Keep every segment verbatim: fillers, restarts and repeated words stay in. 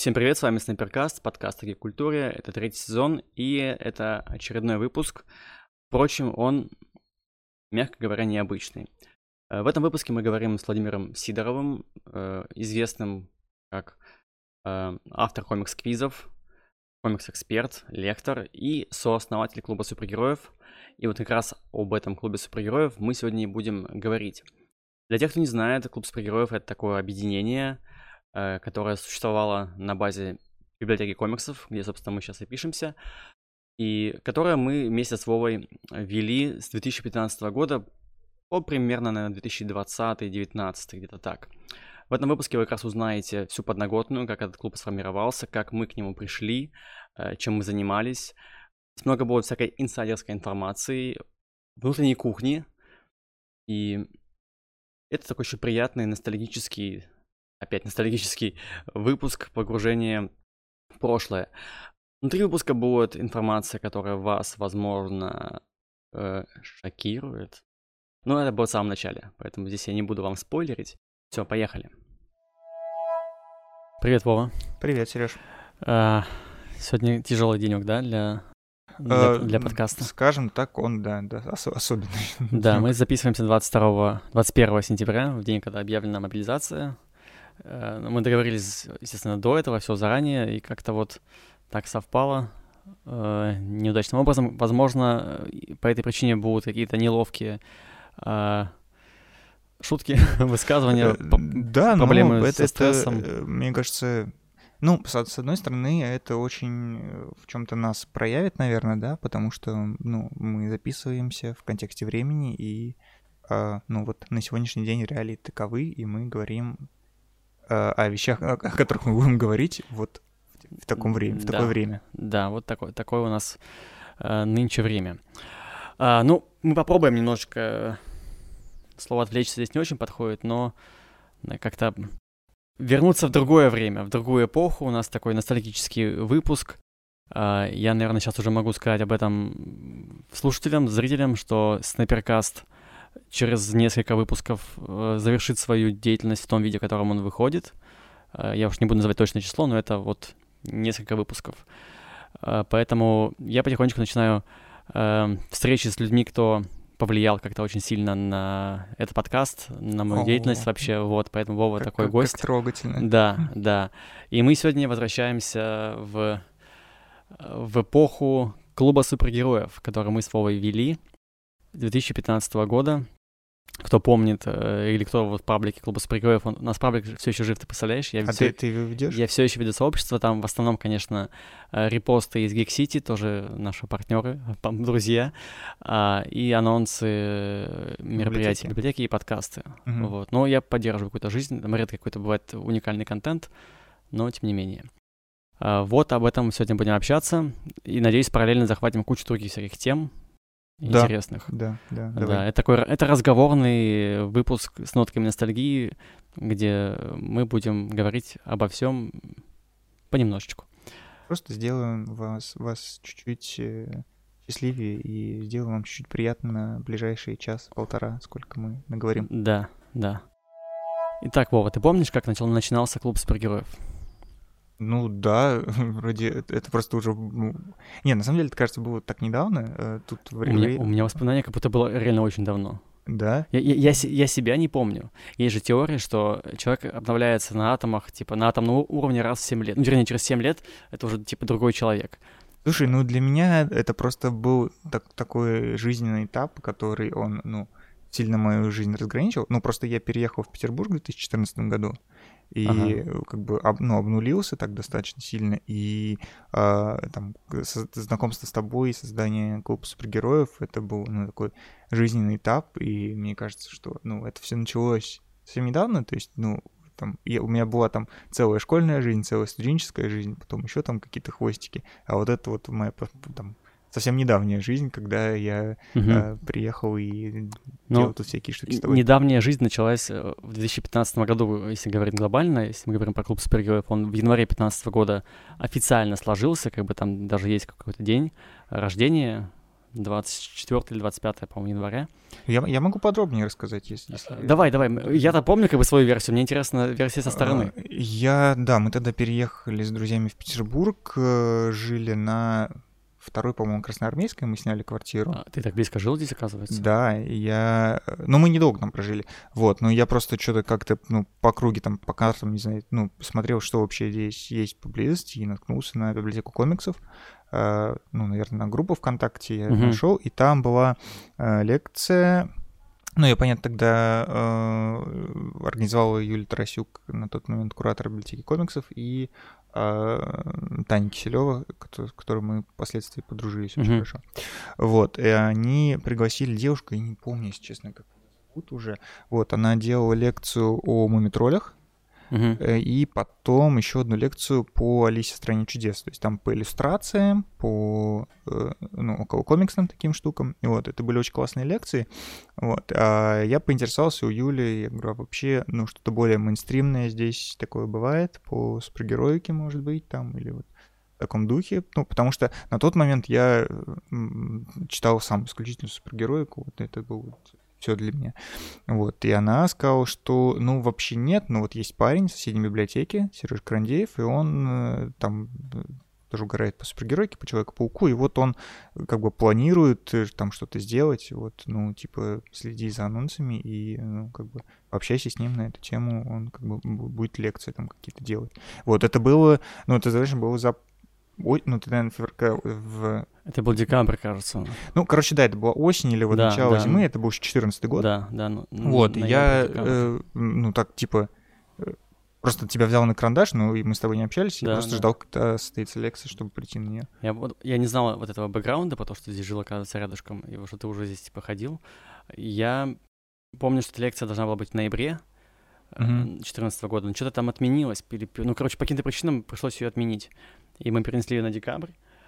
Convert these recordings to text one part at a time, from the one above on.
Всем привет, с вами Снайперкаст, подкаст о гик-культуре, это третий сезон, и это очередной выпуск. Впрочем, он, мягко говоря, необычный. В этом выпуске мы говорим с Владимиром Сидоровым, известным как автор комикс-квизов, комикс-эксперт, лектор и сооснователь клуба супергероев. И вот как раз об этом клубе супергероев мы сегодня и будем говорить. Для тех, кто не знает, клуб супергероев — это такое объединение, которая существовала на базе библиотеки комиксов, где, собственно, мы сейчас и пишемся, и которое мы вместе с Вовой вели с две тысячи пятнадцатого года по примерно, наверное, две тысячи двадцатый — две тысячи девятнадцатый, где-то так. В этом выпуске вы как раз узнаете всю подноготную, как этот клуб сформировался, как мы к нему пришли, чем мы занимались. Много будет всякой инсайдерской информации, внутренней кухни, и это такой еще приятный, ностальгический Опять ностальгический выпуск, погружение в прошлое. Внутри выпуска будет информация, которая вас, возможно, э, шокирует. Но это будет в самом начале, поэтому здесь я не буду вам спойлерить. Все, поехали. Привет, Вова. Привет, Сереж. А, сегодня тяжелый денек, да, для, для, для подкаста? Скажем так, он, да, да ос- особенный. Да, мы записываемся двадцать второго, двадцать первого сентября, в день, когда объявлена мобилизация. Мы договорились, естественно, до этого, все заранее, и как-то вот так совпало э, неудачным образом. Возможно, по этой причине будут какие-то неловкие э, шутки, высказывания, да, проблемы ну, со это, стрессом. Это, мне кажется, ну, с, с одной стороны, это очень в чем-то нас проявит, наверное, да, потому что, ну, мы записываемся в контексте времени, и, э, ну, вот на сегодняшний день реалии таковы, и мы говорим о вещах, о которых мы будем говорить вот в таком время, в да, такое время. Да, вот такое, такое у нас э, нынче время. А, ну, мы попробуем немножечко, слово «отвлечься» здесь не очень подходит, но как-то вернуться в другое время, в другую эпоху. У нас такой ностальгический выпуск. А, я, наверное, сейчас уже могу сказать об этом слушателям, зрителям, что Снайперкаст через несколько выпусков э, завершит свою деятельность в том виде, в котором он выходит. Э, я уж не буду называть точное число, но это вот несколько выпусков. Э, поэтому я потихонечку начинаю э, встречи с людьми, кто повлиял как-то очень сильно на этот подкаст, на мою О-о-о. деятельность вообще. Вот, поэтому Вова как, такой как, гость. Как трогательно. Да, да. И мы сегодня возвращаемся в, в эпоху клуба супергероев, который мы с Вовой вели две тысячи пятнадцатого года. Кто помнит, э, или кто вот в паблике клуба супергероев, он, у нас паблик все еще жив, ты представляешь? Я а все, ты, ты его ведешь? Я все еще веду сообщество, там в основном, конечно, репосты из Geek City, тоже наши партнеры, друзья, а, и анонсы мероприятий, библиотеки, библиотеки и подкасты. Угу. Вот. Но я поддерживаю какую-то жизнь, там редко какой-то бывает уникальный контент, но тем не менее. А, вот об этом сегодня будем общаться, и, надеюсь, параллельно захватим кучу других всяких тем, Да, интересных. Да, да, да. давай. Это такой, это разговорный выпуск с нотками ностальгии, где мы будем говорить обо всем понемножечку. Просто сделаем вас, вас чуть-чуть счастливее и сделаем вам чуть-чуть приятно на ближайшие час-полтора, сколько мы наговорим. Да, да. Итак, Вова, ты помнишь, как начал, начинался клуб супергероев? Ну да, вроде это просто уже... Ну... Не, на самом деле, это, кажется, было так недавно. Тут в... у, меня, у меня воспоминания, как будто было реально очень давно. Да? Я, я, я, я себя не помню. Есть же теория, что человек обновляется на атомах, типа, на атомном уровне раз в семь лет. Ну, вернее, через семь лет это уже, типа, другой человек. Слушай, ну для меня это просто был так, такой жизненный этап, который он, ну, сильно мою жизнь разграничил. Ну, просто я переехал в Петербург в две тысячи четырнадцатом году. И ага. как бы об, ну, обнулился так достаточно сильно, и э, там со, знакомство с тобой, создание клуба супергероев, это был, ну, такой жизненный этап, и мне кажется, что, ну, это все началось совсем недавно, то есть, ну, там, я, у меня была там целая школьная жизнь, целая студенческая жизнь, потом еще там какие-то хвостики, а вот это вот моя там совсем недавняя жизнь, когда я угу. э, приехал и Но делал тут всякие штуки с тобой. Недавняя жизнь началась в две тысячи пятнадцатом году, если говорить глобально, если мы говорим про клуб супергероев, он в январе две тысячи пятнадцатого года официально сложился, как бы там даже есть какой-то день рождения, двадцать четвёртого или двадцать пятого, по-моему, января. Я, я могу подробнее рассказать, если... если... Давай, давай. Я-то помню как бы свою версию, мне интересна версия со стороны. Я, да, мы тогда переехали с друзьями в Петербург, жили на второй, по-моему, Красноармейской, мы сняли квартиру. А, ты так близко жил здесь, оказывается? Да, я... Ну, мы недолго там прожили, вот, но я просто что-то как-то, ну, по круге там, по картам, не знаю, ну, посмотрел, что вообще здесь есть поблизости, и наткнулся на библиотеку комиксов. Uh, ну, наверное, на группу ВКонтакте я uh-huh. нашел, и там была uh, лекция. Ну, я, понятно, тогда uh, организовала Юлия Тарасюк, на тот момент куратор библиотеки комиксов, и uh, Таня Киселева, с которой мы впоследствии подружились uh-huh. очень хорошо. Вот, и они пригласили девушку, я не помню, если честно, как ее зовут уже. Вот, она делала лекцию о мумитроллях. Uh-huh. И потом еще одну лекцию по Алисе в стране чудес. То есть там по иллюстрациям, по ну, около комиксным таким штукам. И вот, это были очень классные лекции. Вот. А я поинтересовался у Юли, я говорю, а вообще, ну, что-то более мейнстримное здесь такое бывает, по супергероике, может быть, там, или вот в таком духе. Ну, потому что на тот момент я читал сам исключительно супергероику. Вот это был... все для меня. Вот. И она сказала, что, ну, вообще нет, но вот есть парень в соседней библиотеке, Сереж Крандеев, и он э, там тоже угорает по супергеройке, по Человеку-пауку, и вот он как бы планирует там что-то сделать, вот, ну, типа, следи за анонсами и, ну, как бы общайся с ним на эту тему, он как бы будет лекции там какие-то делать. Вот, это было, ну, это, знаешь, было за... Ой, ну, ты, наверное, в... Это был декабрь, кажется. Ну, короче, да, это была осень или вот да, начало да. зимы, это был еще четырнадцатый год. Да, да. Ну, вот, я, э, ну, так, типа, э, просто тебя взял на карандаш, ну, и мы с тобой не общались, да, я просто да. ждал, когда состоится лекция, чтобы прийти на нее. Я, я не знал вот этого бэкграунда, потому что здесь жил, оказывается, рядышком, и что ты уже здесь, типа, ходил. Я помню, что эта лекция должна была быть в ноябре две тысячи четырнадцатого года, но что-то там отменилось. Переп... Ну, короче, по каким-то причинам пришлось ее отменить. И мы перенесли ее на декабрь.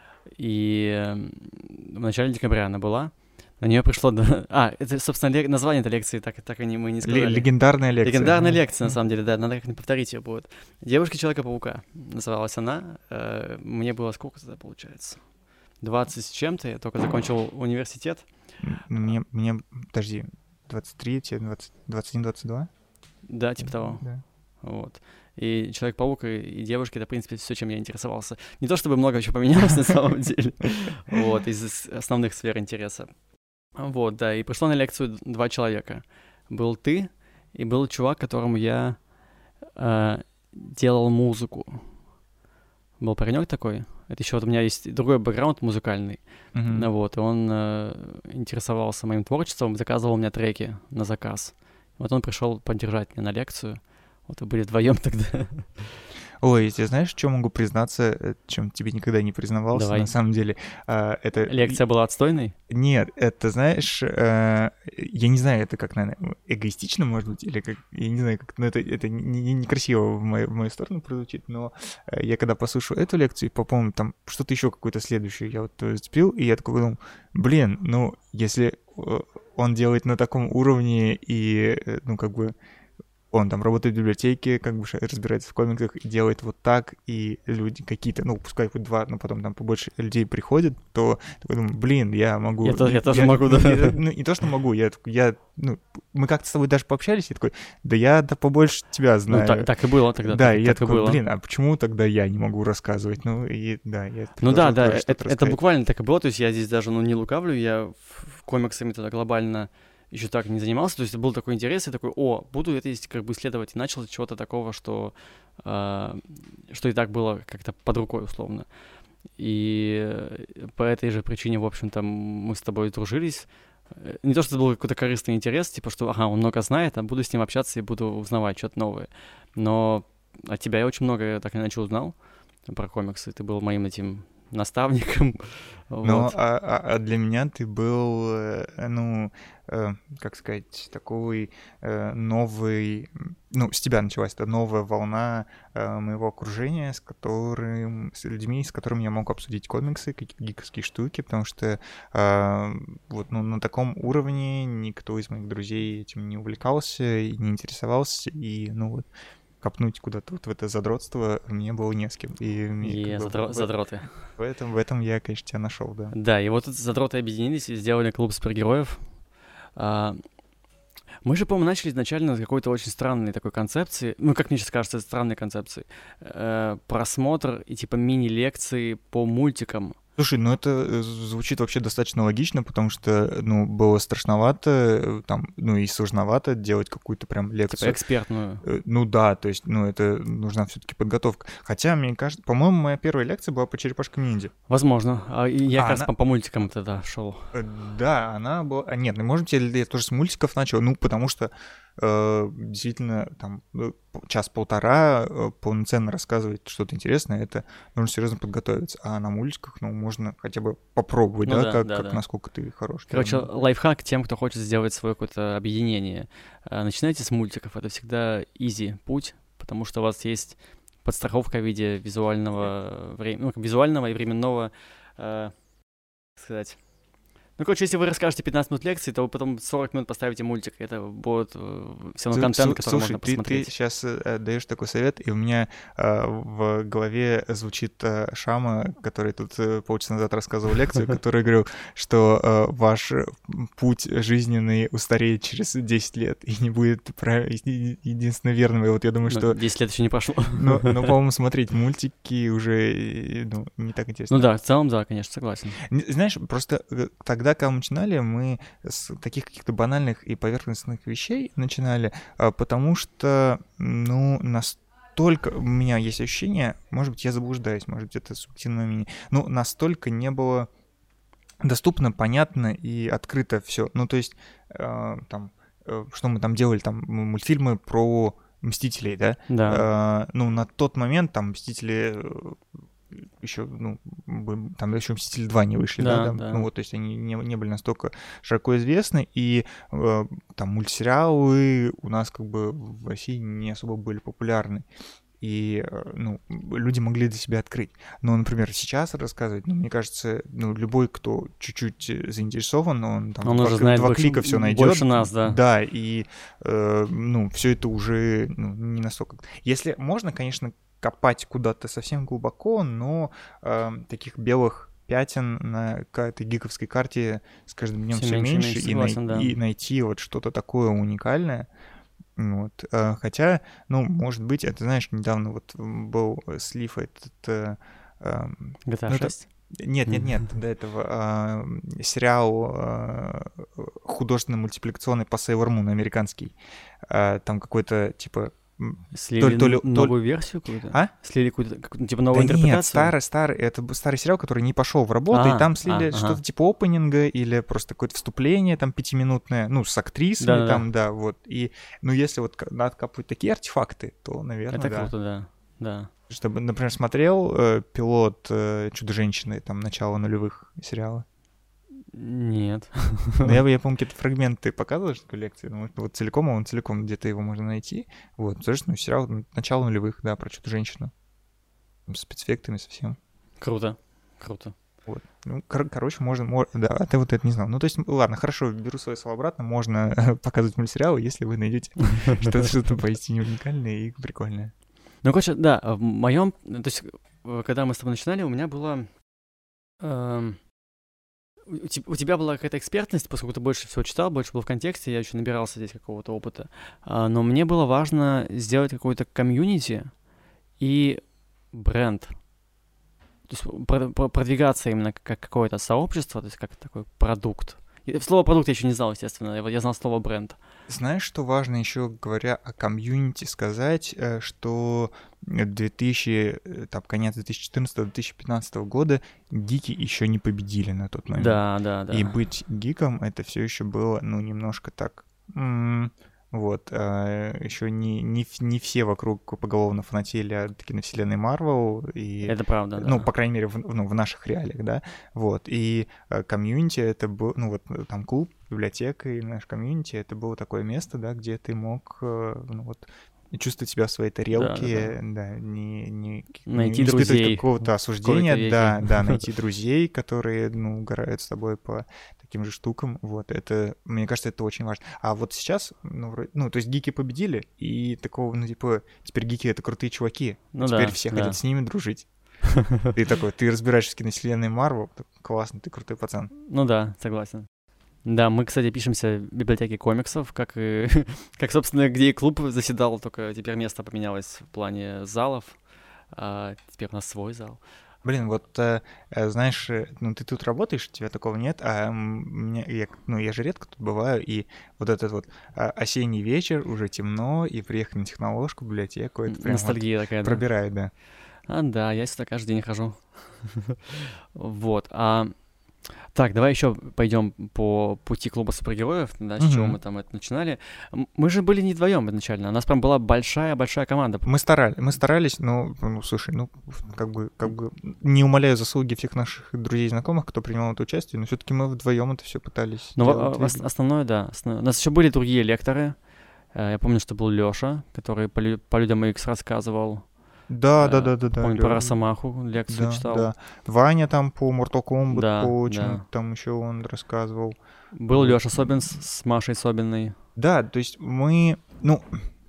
И в начале декабря она была. На нее пришло... А, это, собственно, лек... название этой лекции, так, так и мы не сказали. Легендарная лекция. Легендарная лекция, на самом деле, да. Надо как-нибудь повторить ее будет. «Девушки Человека-паука» называлась она. Мне было сколько тогда, получается? двадцать с чем-то. Я только закончил университет. Мне, мне подожди, двадцать три, двадцать, двадцать один, двадцать два? Да, типа того. Да. Вот. И Человек-паук, и, и девушки — это, в принципе, все, чем я интересовался. Не то чтобы много чего поменялось на самом деле, вот, из основных сфер интереса. Вот, да, и пришло на лекцию два человека. Был ты, и был чувак, которому я э, делал музыку. Был паренек такой. Это еще вот у меня есть другой бэкграунд музыкальный. Uh-huh. Вот, и он э, интересовался моим творчеством, заказывал у меня треки на заказ. Вот он пришел поддержать меня на лекцию. Вот мы были вдвоем тогда. Ой, я знаешь, в чем могу признаться, чем тебе никогда не признавался, Давай. На самом деле. Это... Лекция была отстойной? Нет, это, знаешь, я не знаю, это как, наверное, эгоистично, может быть, или как, я не знаю, как, ну, это, это некрасиво не, не в, мою, в мою сторону прозвучит, но я когда послушал эту лекцию, по-моему, там что-то еще какое-то следующее, я вот зацепил, и я такой думал, блин, ну, если он делает на таком уровне и, ну, как бы, он там работает в библиотеке, как бы разбирается в комиксах, и делает вот так, и люди какие-то, ну, пускай хоть два, но потом там побольше людей приходят, то я думаю, блин, я могу... Я, я, я тоже могу, да. Я, ну, не то, что могу, я, я, ну, мы как-то с тобой даже пообщались, и такой, да я да побольше тебя знаю. Ну, так, так и было тогда. Да, так, и я так такой, и было. блин, а почему тогда я не могу рассказывать? Ну, и да, я... Ну да, да, это, это буквально так и было, то есть я здесь даже, ну, не лукавлю, я в комиксами тогда глобально... еще так не занимался, то есть был такой интерес, и такой, о, буду это как бы исследовать, и начал с чего-то такого, что, э, что и так было как-то под рукой, условно. И по этой же причине, в общем-то, мы с тобой дружились. Не то, что это был какой-то корыстный интерес, типа, что, ага, он много знает, а буду с ним общаться и буду узнавать что-то новое. Но от тебя я очень много так иначе узнал про комиксы, ты был моим этим... наставником. Ну, вот. а, а для меня ты был, ну, э, как сказать, такой э, новый, ну, с тебя началась эта новая волна э, моего окружения, с которым, с людьми, с которыми я мог обсудить комиксы, какие-то гиковские штуки, потому что э, вот, ну, на таком уровне никто из моих друзей этим не увлекался и не интересовался, и, ну, вот, копнуть куда-то вот в это задротство мне было не с кем. И И задро- в, задроты. В этом, в этом я, конечно, тебя нашел, да. Да, и вот тут задроты объединились и сделали клуб супергероев. А, мы же, по-моему, начали изначально с какой-то очень странной такой концепции, ну, как мне сейчас кажется, странной концепции, э, просмотр и типа мини-лекции по мультикам. Слушай, ну это звучит вообще достаточно логично, потому что, ну, было страшновато, там, ну и сложновато делать какую-то прям лекцию. Типа экспертную. Ну да, то есть, ну это нужна все-таки подготовка. Хотя, мне кажется, по-моему, моя первая лекция была по черепашкам ниндзя. Возможно. А я а как раз она... по, по мультикам тогда шел. Да, она была... А, нет, ну, может быть, я тоже с мультиков начал, ну, потому что э, действительно там час-полтора э, полноценно рассказывать что-то интересное, это нужно серьезно подготовиться. А на мультиках, ну, можно хотя бы попробовать, ну, да, да, как, да, как да. насколько ты хорош. Короче, да. Лайфхак тем, кто хочет сделать свое какое-то объединение. Начинайте с мультиков, это всегда easy путь, потому что у вас есть подстраховка в виде визуального, вре... ну, визуального и временного, э, так сказать... Ну, короче, если вы расскажете пятнадцать минут лекции, то вы потом сорок минут поставите мультик. Это будет все равно контент, который Слушай, можно ты, посмотреть. Ты сейчас э, даешь такой совет, и у меня э, в голове звучит э, Шама, который тут э, полчаса назад рассказывал лекцию, который говорил, что э, ваш путь жизненный устареет через десять лет и не будет прав... единственно верным. И вот я думаю, но что... десять лет еще не прошло. Но, но, по-моему, смотреть мультики уже ну, не так интересно. Ну да, в целом, да, конечно, согласен. Знаешь, просто тогда, когда мы начинали, мы с таких каких-то банальных и поверхностных вещей начинали, потому что, ну, настолько... У меня есть ощущение, может быть, я заблуждаюсь, может быть, это субъективное мнение, но настолько не было доступно, понятно и открыто все. Ну, то есть, там, что мы там делали, там, мультфильмы про Мстителей, да? Да. Ну, на тот момент там Мстители... еще, ну, там еще «Мстители два» не вышли, да, да, там, да. Ну вот, то есть они не, не были настолько широко известны, и э, там мультсериалы у нас как бы в России не особо были популярны, и, э, ну, люди могли для себя открыть. Но, например, сейчас рассказывать, ну, мне кажется, ну, любой, кто чуть-чуть заинтересован, он там он два, уже знает два больше, клика все найдет. Больше нас, да. Да, и, э, ну, все это уже ну, не настолько... Если можно, конечно, копать куда-то совсем глубоко, но э, таких белых пятен на этой гиковской карте с каждым днем все, все меньше, меньше, и, согласен, най- да. и найти вот что-то такое уникальное. Вот. Э, хотя, ну, может быть, это, знаешь, недавно вот был слив этот... Э, э, джи ти эй шесть? Ну, нет, нет, нет, до этого э, сериал э, художественно-мультипликационный по Sailor Moon американский. Э, там какой-то, типа... Слили то ли, новую то... версию какую-то? А? Слили какую-то, какую-то типа новую да интерпретацию? Нет, старый, старый, это старый сериал, который не пошел в работу, а, и там слили а, что-то ага. типа опенинга или просто какое-то вступление там пятиминутное, ну, с актрисами да, там, да. да, вот. И, ну, если вот надо откапывать такие артефакты, то, наверное, это да. круто, да, да. Чтобы, например, смотрел э, пилот э, «Чудо-женщины», там, начало нулевых сериала? Нет. Ну, я, я помню, какие-то фрагменты показывал, что лекции, ну, вот целиком, он целиком где-то его можно найти. Вот, слушай, ну, сериал начало нулевых, да, про Чудо-женщину. С спецэффектами совсем. Круто, круто. Вот. Ну, кор- короче, можно, можно... Да, а ты вот это не знал. Ну, то есть, ладно, хорошо, беру свои слова обратно, можно показывать мультсериалы, если вы найдете что-то, что-то поистине уникальное и прикольное. Ну, короче, да, в моем... То есть, когда мы с тобой начинали, у меня было... Эм... У тебя была какая-то экспертность, поскольку ты больше всего читал, больше был в контексте, я еще набирался здесь какого-то опыта. Но мне было важно сделать какой-то комьюнити и бренд. То есть продвигаться именно как какое-то сообщество, то есть как такой продукт. Слово продукт я еще не знал, естественно, я знал слово бренд. Знаешь, что важно еще, говоря о комьюнити, сказать, что две тысячи, там, конец две тысячи четырнадцатого - две тысячи пятнадцатого года гики еще не победили на тот момент. Да, да, да. И быть гиком это все еще было, ну, немножко так... М- Вот, а, еще не, не, не все вокруг поголовно фанатели от киновселенной Марвел. И, это правда, да. Ну, по крайней мере, в, ну, в наших реалиях, да. Вот, и комьюнити это был, ну, вот там клуб библиотека и наш комьюнити, это было такое место, да, где ты мог, ну, вот, чувствовать себя в своей тарелке, да, да, да. да не, не, найти не друзей, какого-то осуждения, да, да, найти друзей, которые, ну, угорают с тобой по таким же штукам, вот, это, мне кажется, это очень важно. А вот сейчас, ну, вроде, ну то есть гики победили, и такого, ну, типа, теперь гики — это крутые чуваки, ну, теперь да, все да. хотят с ними дружить. Ты такой, ты разбираешься в киновселенной Марвел, классно, ты крутой пацан. Ну да, согласен. Да, мы, кстати, пишемся в библиотеке комиксов, как и, как, собственно, где и клуб заседал, только теперь место поменялось в плане залов, а теперь у нас свой зал. Блин, вот, э, знаешь, ну ты тут работаешь, у тебя такого нет, а мне, я, ну я же редко тут бываю, и вот этот вот осенний вечер, уже темно, и приехать на Техноложку, библиотеку, это прям ностальгия вот такая, пробирает, да. А, да, я сюда каждый день хожу. Вот, а... Так, давай еще пойдем по пути клуба супергероев, да, с чего мы там это начинали. Мы же были не вдвоем изначально, у нас прям была большая-большая команда. Мы старались, мы старались, но, ну, слушай, ну, как бы, как бы, не умаляю заслуги всех наших друзей и знакомых, кто принимал это участие, но все-таки мы вдвоем это все пытались. Ну, основное, да. Основное. У нас еще были другие лекторы. Я помню, что был Лёша, который по, лю- по людям Икс рассказывал. Да, да, да, да, да. Помню, про Росомаху лекцию да, читал. Да. Ваня там по Mortal Kombat, да, по очень, да. там еще он рассказывал. Был вот. Лёша Собин с, с Машей Собиной. Да, то есть мы, ну,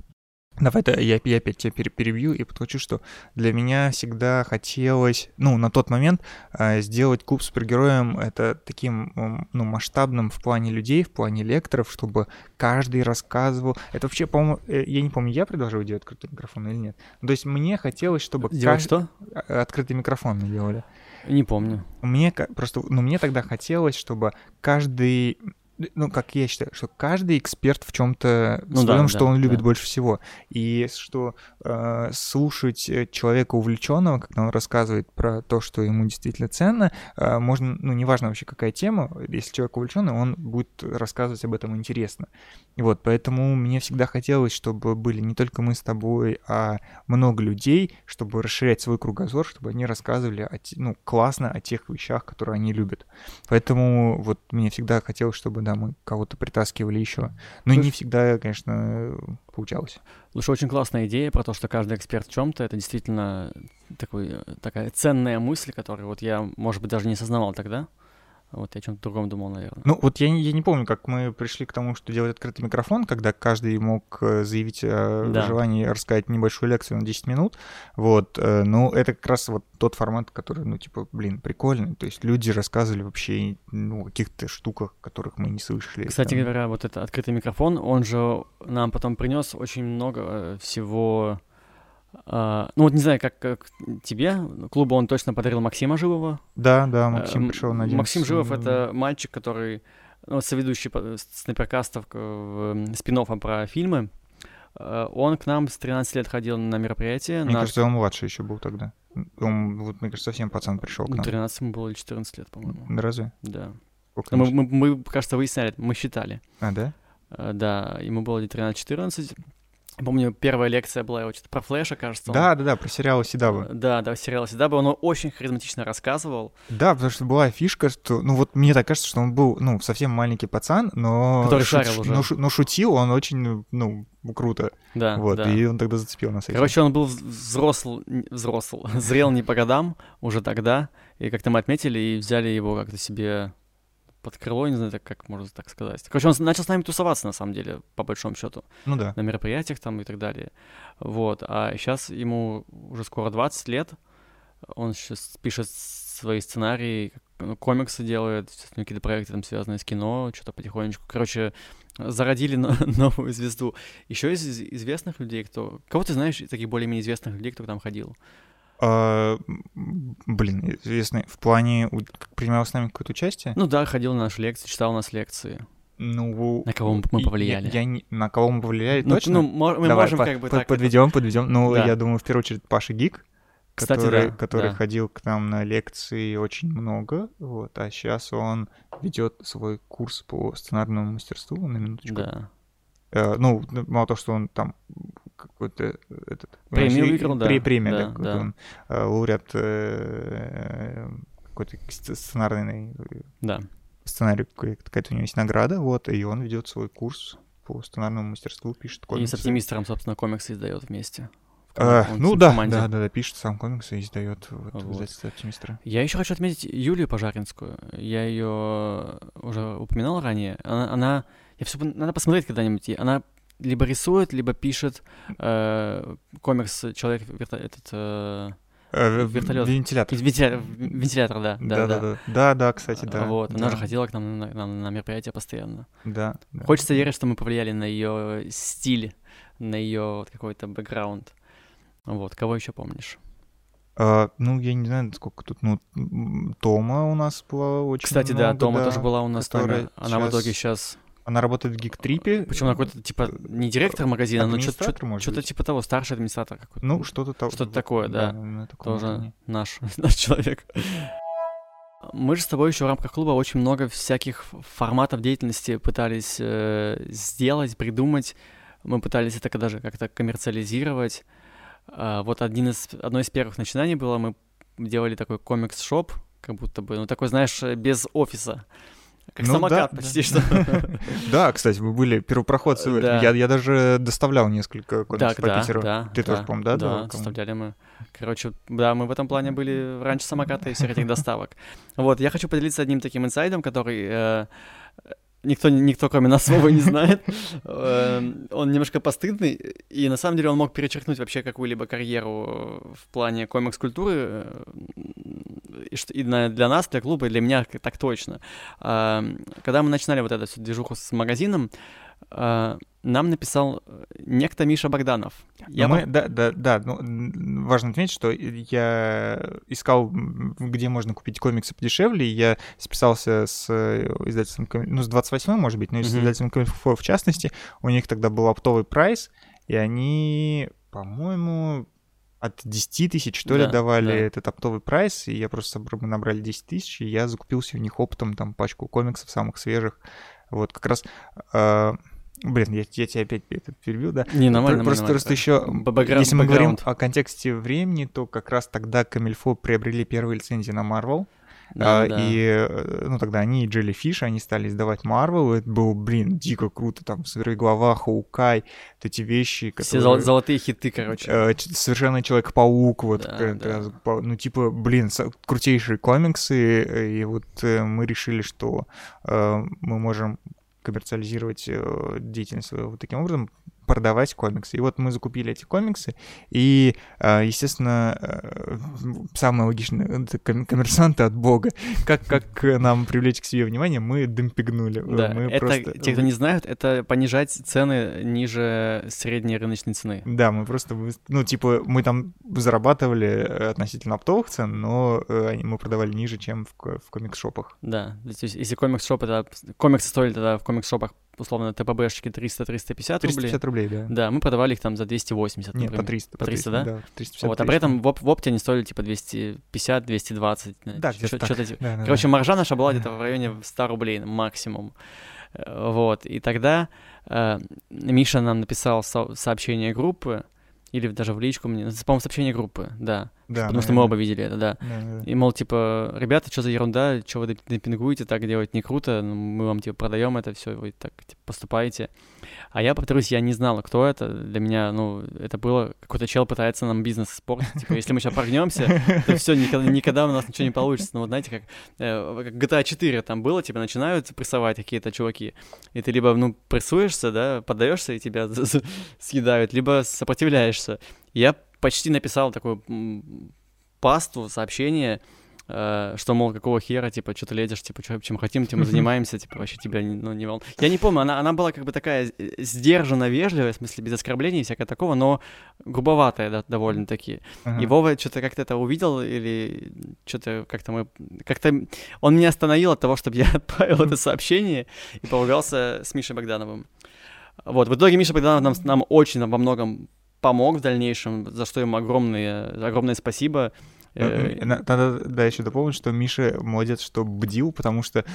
давай я, я опять тебя перебью и подхвачу, что для меня всегда хотелось, ну, на тот момент э, сделать клуб супергероем это таким, ну, масштабным в плане людей, в плане лекторов, чтобы каждый рассказывал. Это вообще, по-моему, я не помню, я предложил делать открытый микрофон или нет. То есть мне хотелось, чтобы... Делать кажд... что? Открытый микрофон мы делали. Не помню. Мне просто, ну, мне тогда хотелось, чтобы каждый... Ну, как я считаю, что каждый эксперт в чем-то ну, своем, да, что да, он любит да. больше всего. И что э, слушать человека увлеченного, когда он рассказывает про то, что ему действительно ценно, э, можно, ну, неважно вообще какая тема, если человек увлеченный, он будет рассказывать об этом интересно. И вот, поэтому мне всегда хотелось, чтобы были не только мы с тобой, а много людей, чтобы расширять свой кругозор, чтобы они рассказывали, о, ну, классно о тех вещах, которые они любят. Поэтому вот мне всегда хотелось, чтобы да, мы кого-то притаскивали еще. Но Слушай, не всегда, конечно, получалось. Слушай, очень классная идея про то, что каждый эксперт в чем-то. Это действительно такой, такая ценная мысль, которую вот я, может быть, даже не осознавал тогда. Вот я о чем-то другом думал, наверное. Ну, вот я, я не помню, как мы пришли к тому, что делать открытый микрофон, когда каждый мог заявить о да. желании рассказать небольшую лекцию на десять минут. Вот. Ну, это как раз вот тот формат, который, ну, типа, блин, прикольный. То есть люди рассказывали вообще, ну, о каких-то штуках, которых мы не слышали. Кстати там. говоря, вот этот открытый микрофон, он же нам потом принес очень много всего... Uh, ну вот не знаю, как, как тебе, клубу он точно подарил Максима Живого. Да, да, Максим uh, пришел на один. Максим Живов — это мальчик, который, ну, соведущий снайперкастов спин-оффа про фильмы. Uh, он к нам с тринадцати лет ходил на мероприятия. Мне наш... кажется, он младше еще был тогда. Он, вот, мне кажется, совсем пацан пришел к нам. тринадцать ему было или четырнадцать лет, по-моему. Да разве? Да. Мы, мы, мы, кажется, выясняли, мы считали. А, да? Uh, да, ему было тринадцать-четырнадцать. Помню, первая лекция была что-то про Флэша, кажется. Да, он... да, да, про сериал Сидаба. Да, да, сериал Сидаба, он очень харизматично рассказывал. Да, потому что была фишка, что, ну вот мне так кажется, что он был, ну, совсем маленький пацан, но... Который шарил шу- уже. Но, шу- но шутил он очень, ну, круто. Да, вот, да. И он тогда зацепил нас этим. Короче, он был взрослый, взрослый, зрел не по годам уже тогда, и как-то мы отметили и взяли его как-то себе... под крыло, не знаю, так, как можно так сказать. Короче, он начал с нами тусоваться, на самом деле, по большому счету. Ну да. На мероприятиях там и так далее. Вот. А сейчас ему уже скоро двадцать лет. Он сейчас пишет свои сценарии, ну, комиксы делает, какие-то проекты там связанные с кино, что-то потихонечку. Короче, зародили новую звезду. Еще из известных людей, кто... Кого ты знаешь, таких более-менее известных людей, кто к нам ходил? А, блин, известный. В плане, принимал с нами какое-то участие? Ну да, ходил на наши лекции, читал у нас лекции. Ну, на кого мы повлияли? Я, я не, на кого мы повлияли, ну, точно? Ну, мы Давай, можем по, как бы по, так... Подведем, это... подведем. Ну, да. Я думаю, в первую очередь, Паша Гик, Кстати, который, да, который да. ходил к нам на лекции очень много, вот, а сейчас он ведет свой курс по сценарному мастерству, на минуточку. Да. Uh, ну, мало того, что он там какой-то этот... Премию выиграл, да. Премия, да, да, да. Он, uh, лауреат uh, какой-то сценарный... Да. сценарию какая-то у него есть награда, вот, и он ведет свой курс по сценарному мастерству, пишет комиксы. И с Оптимистером, собственно, комиксы издает вместе. А, ну да, да, да, да, пишет сам комиксы и издает вот, вот. издательство Оптимистера. Я еще хочу отметить Юлию Пожаринскую. Я ее уже упоминал ранее. Она, она я все, надо посмотреть когда-нибудь. Она либо рисует, либо пишет э, комикс «Человек верто, этот э, вертолет». Вентилятор. Вентилятор, вентилятор, да. Да, да, да, да, да, да, кстати, да. Вот, да. она же ходила к нам на, на, на мероприятия постоянно. Да, да. Хочется верить, что мы повлияли на ее стиль, на ее вот какой-то бэкграунд. Вот, кого еще помнишь? А, ну, я не знаю, сколько тут, ну, Тома у нас была очень Кстати, много, да, Тома да, тоже была у нас с нами. Она в итоге сейчас... Она работает в Гик-трипе. Почему она какой-то, типа, не директор магазина, но что-то, что-то типа того, старший администратор какой-то. Ну, что-то того. Что-то такое, да. да тоже наш, наш человек. Мы же с тобой еще в рамках клуба очень много всяких форматов деятельности пытались э, сделать, придумать. Мы пытались это даже как-то коммерциализировать. А, вот один из, одно из первых начинаний было, мы делали такой комикс-шоп, как будто бы, ну такой, знаешь, без офиса. Как ну, самокат да, почти да. что. Да, кстати, вы были первопроходцы в этом. Я, я даже доставлял несколько комиксов по да, Питеру. Да, Ты да, тоже, по-моему, да? Да, доставляли мы. Короче, да, мы в этом плане были раньше самоката и всех этих доставок. Вот, я хочу поделиться одним таким инсайдом, который... Э, Никто, никто, кроме нас, Вова, не знает. Он немножко постыдный, и на самом деле он мог перечеркнуть вообще какую-либо карьеру в плане комикс-культуры, и для нас, для клуба, и для меня так точно. Когда мы начинали вот эту всю движуху с магазином, нам написал некто Миша Богданов. Я мы, по... Да, да, да. Ну, важно отметить, что я искал, где можно купить комиксы подешевле, и я списался с издательством, ну, с двадцать восьмым, может быть, но mm-hmm. с издательством Комикс.фо в частности. У них тогда был оптовый прайс, и они, по-моему, от десять тысяч, что ли, да, давали да. этот оптовый прайс, и я просто, мы набрали десять тысяч, и я закупился у них оптом, там, пачку комиксов самых свежих. Вот, как раз... Э- Блин, я, я тебя опять этот перебил, да? Не, нормально, Просто, нормально. просто еще, Бэкграунд, если мы бэкграунд. говорим о контексте времени, то как раз тогда Комильфо приобрели первые лицензии на Marvel. Да, а, да. И, ну, тогда они и Jellyfish, они стали издавать Marvel, это было, блин, дико круто, там, Сверхглава, Хоукай, эти вещи, которые... Все золотые хиты, короче. Э, Совершенно Человек-паук, вот, да, как, да. ну, типа, блин, крутейшие комиксы, и вот мы решили, что э, мы можем коммерциализировать э, деятельность свою вот таким образом, продавать комиксы. И вот мы закупили эти комиксы, и, э, естественно, э, самое логичное — это коммерсанты от бога. Как, как нам привлечь к себе внимание, мы демпингнули. Да, мы это, просто... те, кто не знают, это понижать цены ниже средней рыночной цены. Да, мы просто, ну, типа, мы там зарабатывали относительно оптовых цен, но э, мы продавали ниже, чем в, в комикс-шопах. Да, то есть если комикс-шоп, это комиксы стоили тогда в комикс-шопах, условно, ТПБшки триста-триста пятьдесят рублей. триста пятьдесят рублей, да. Да, мы продавали их там за двести восемьдесят, Нет, например. по триста. По триста, да? Да, триста пятьдесят. Вот, а при этом в, в опте они стоили типа двести пятьдесят - двести двадцать. Да, где-то так. Что-то... Да, да, Короче, да. маржа наша была где-то в районе сто рублей максимум. Вот, и тогда э, Миша нам написал со- сообщение группы, или даже в личку мне, по-моему, сообщение группы, да. Да, потому наверное. что мы оба видели это, да. Да, да. И, мол, типа, ребята, что за ерунда, что вы демпингуете, так делать не круто, мы вам, типа, продаем это все, вы так типа, поступаете. А я, повторюсь, я не знала, кто это. Для меня, ну, это было, какой-то чел пытается нам бизнес испортить. Типа, если мы сейчас прогнемся, то все, никогда, никогда у нас ничего не получится. Ну, вот знаете, как, э, как джи ти эй четыре там было, типа, начинают прессовать какие-то чуваки, и ты либо, ну, прессуешься, да, поддаешься, и тебя съедают, либо сопротивляешься. Я почти написал такую пасту, сообщение, э, что, мол, какого хера, типа, что ты лезешь, типа, чё, чем хотим, тем мы занимаемся, типа, вообще тебя, ну, не волнует. Я не помню, она, она была как бы такая сдержанно вежливая, в смысле, без оскорблений и всякого такого, но грубоватая, да, довольно-таки. Uh-huh. И Вова что-то как-то это увидел, или что-то как-то мы... Как-то он меня остановил от того, чтобы я отправил это сообщение и поругался с Мишей Богдановым. Вот, в итоге Миша Богданов нам, нам очень во многом помог в дальнейшем, за что ему огромное, огромное спасибо. Надо, да, еще дополнить, что Миша молодец, что бдил, потому что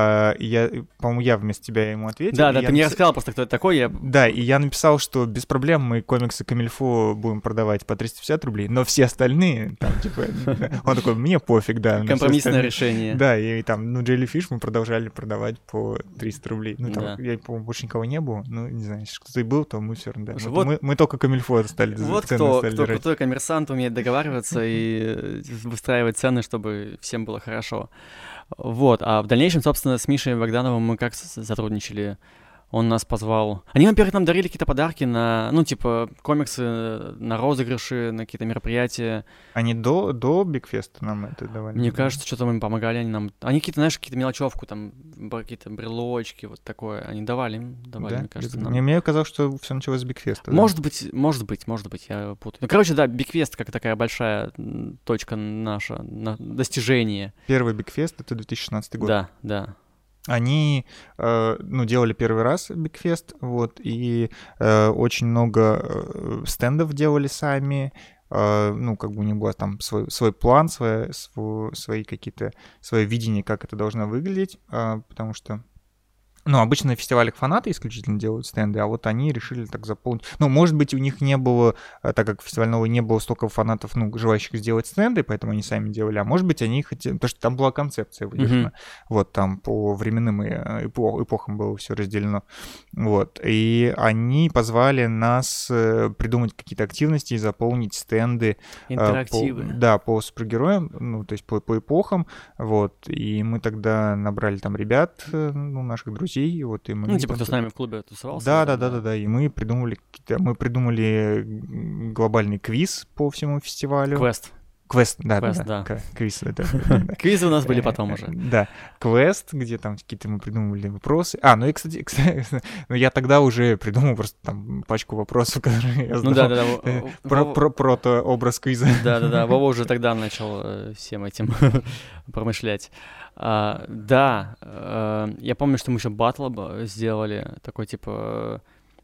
я, по-моему, я вместо тебя ему ответил. Да, да, ты мне рассказал просто, кто это такой. Я... Да, и я написал, что без проблем мы комиксы Камильфо будем продавать по триста пятьдесят рублей, но все остальные, там, типа, он такой, мне пофиг, да. Компромиссное решение. Да, и там, ну, Jellyfish мы продолжали продавать по триста рублей. Ну, там, я, по-моему, больше никого не было, ну, не знаю, если кто-то и был, то мы все равно, да. Мы, мы только Камильфо стали. Вот кто, кто крутой коммерсант, умеет договариваться и выстраивать цены, чтобы всем было хорошо. Вот, а в дальнейшем, собственно, с Мишей Богдановым мы как сотрудничали? Он нас позвал. Они, во-первых, нам дарили какие-то подарки на, ну, типа, комиксы, на розыгрыши, на какие-то мероприятия. Они до, до Бигфеста нам это давали? Мне кажется, что-то им помогали они нам. Они какие-то, знаешь, какие-то мелочевку, там, какие-то брелочки, вот такое. Они давали им, давали, да? мне кажется, нам. Мне, мне казалось, что все началось с Бигфеста. Может да? быть, может быть, может быть, я путаю. Ну, короче, да, Бигфест как такая большая точка наша, на достижение. Первый Бигфест — это две тысячи шестнадцатый год. Да, да. Они, э, ну, делали первый раз Бигфест, вот, и э, очень много э, стендов делали сами, э, ну, как бы у них был там свой, свой план, свой, свой, свои какие-то, свое видение, как это должно выглядеть, э, потому что, ну, обычно на фестивалях фанаты исключительно делают стенды, а вот они решили так заполнить. Ну, может быть, у них не было, так как фестиваль новый, не было столько фанатов, ну, желающих сделать стенды, поэтому они сами делали, а может быть, они хотели... Потому что там была концепция выдержана. Mm-hmm. Вот, там по временным эпох, эпохам было все разделено. Вот. И они позвали нас придумать какие-то активности и заполнить стенды. Интерактивы. По, да, по супергероям, ну, то есть по, по эпохам. Вот. И мы тогда набрали там ребят, ну, наших друзей. Вот, и мы ну, типа, кто с нами в клубе тусовался. Да, да, да, да, да. И мы придумали, мы придумали глобальный квиз по всему фестивалю. Квест. Квест, да, Квест, да, да. да. Квиз, это. Квизы у нас были потом уже. Да, квест, где там какие-то мы придумывали вопросы. А, ну и, кстати, кстати, ну я тогда уже придумал просто там пачку вопросов, которые я задал. Ну да, да, да. Про, про, про то образ квиза. Да, да, да. Вова уже тогда начал всем этим промышлять. Uh, да, uh, я помню, что мы еще батл сделали, такой, типа,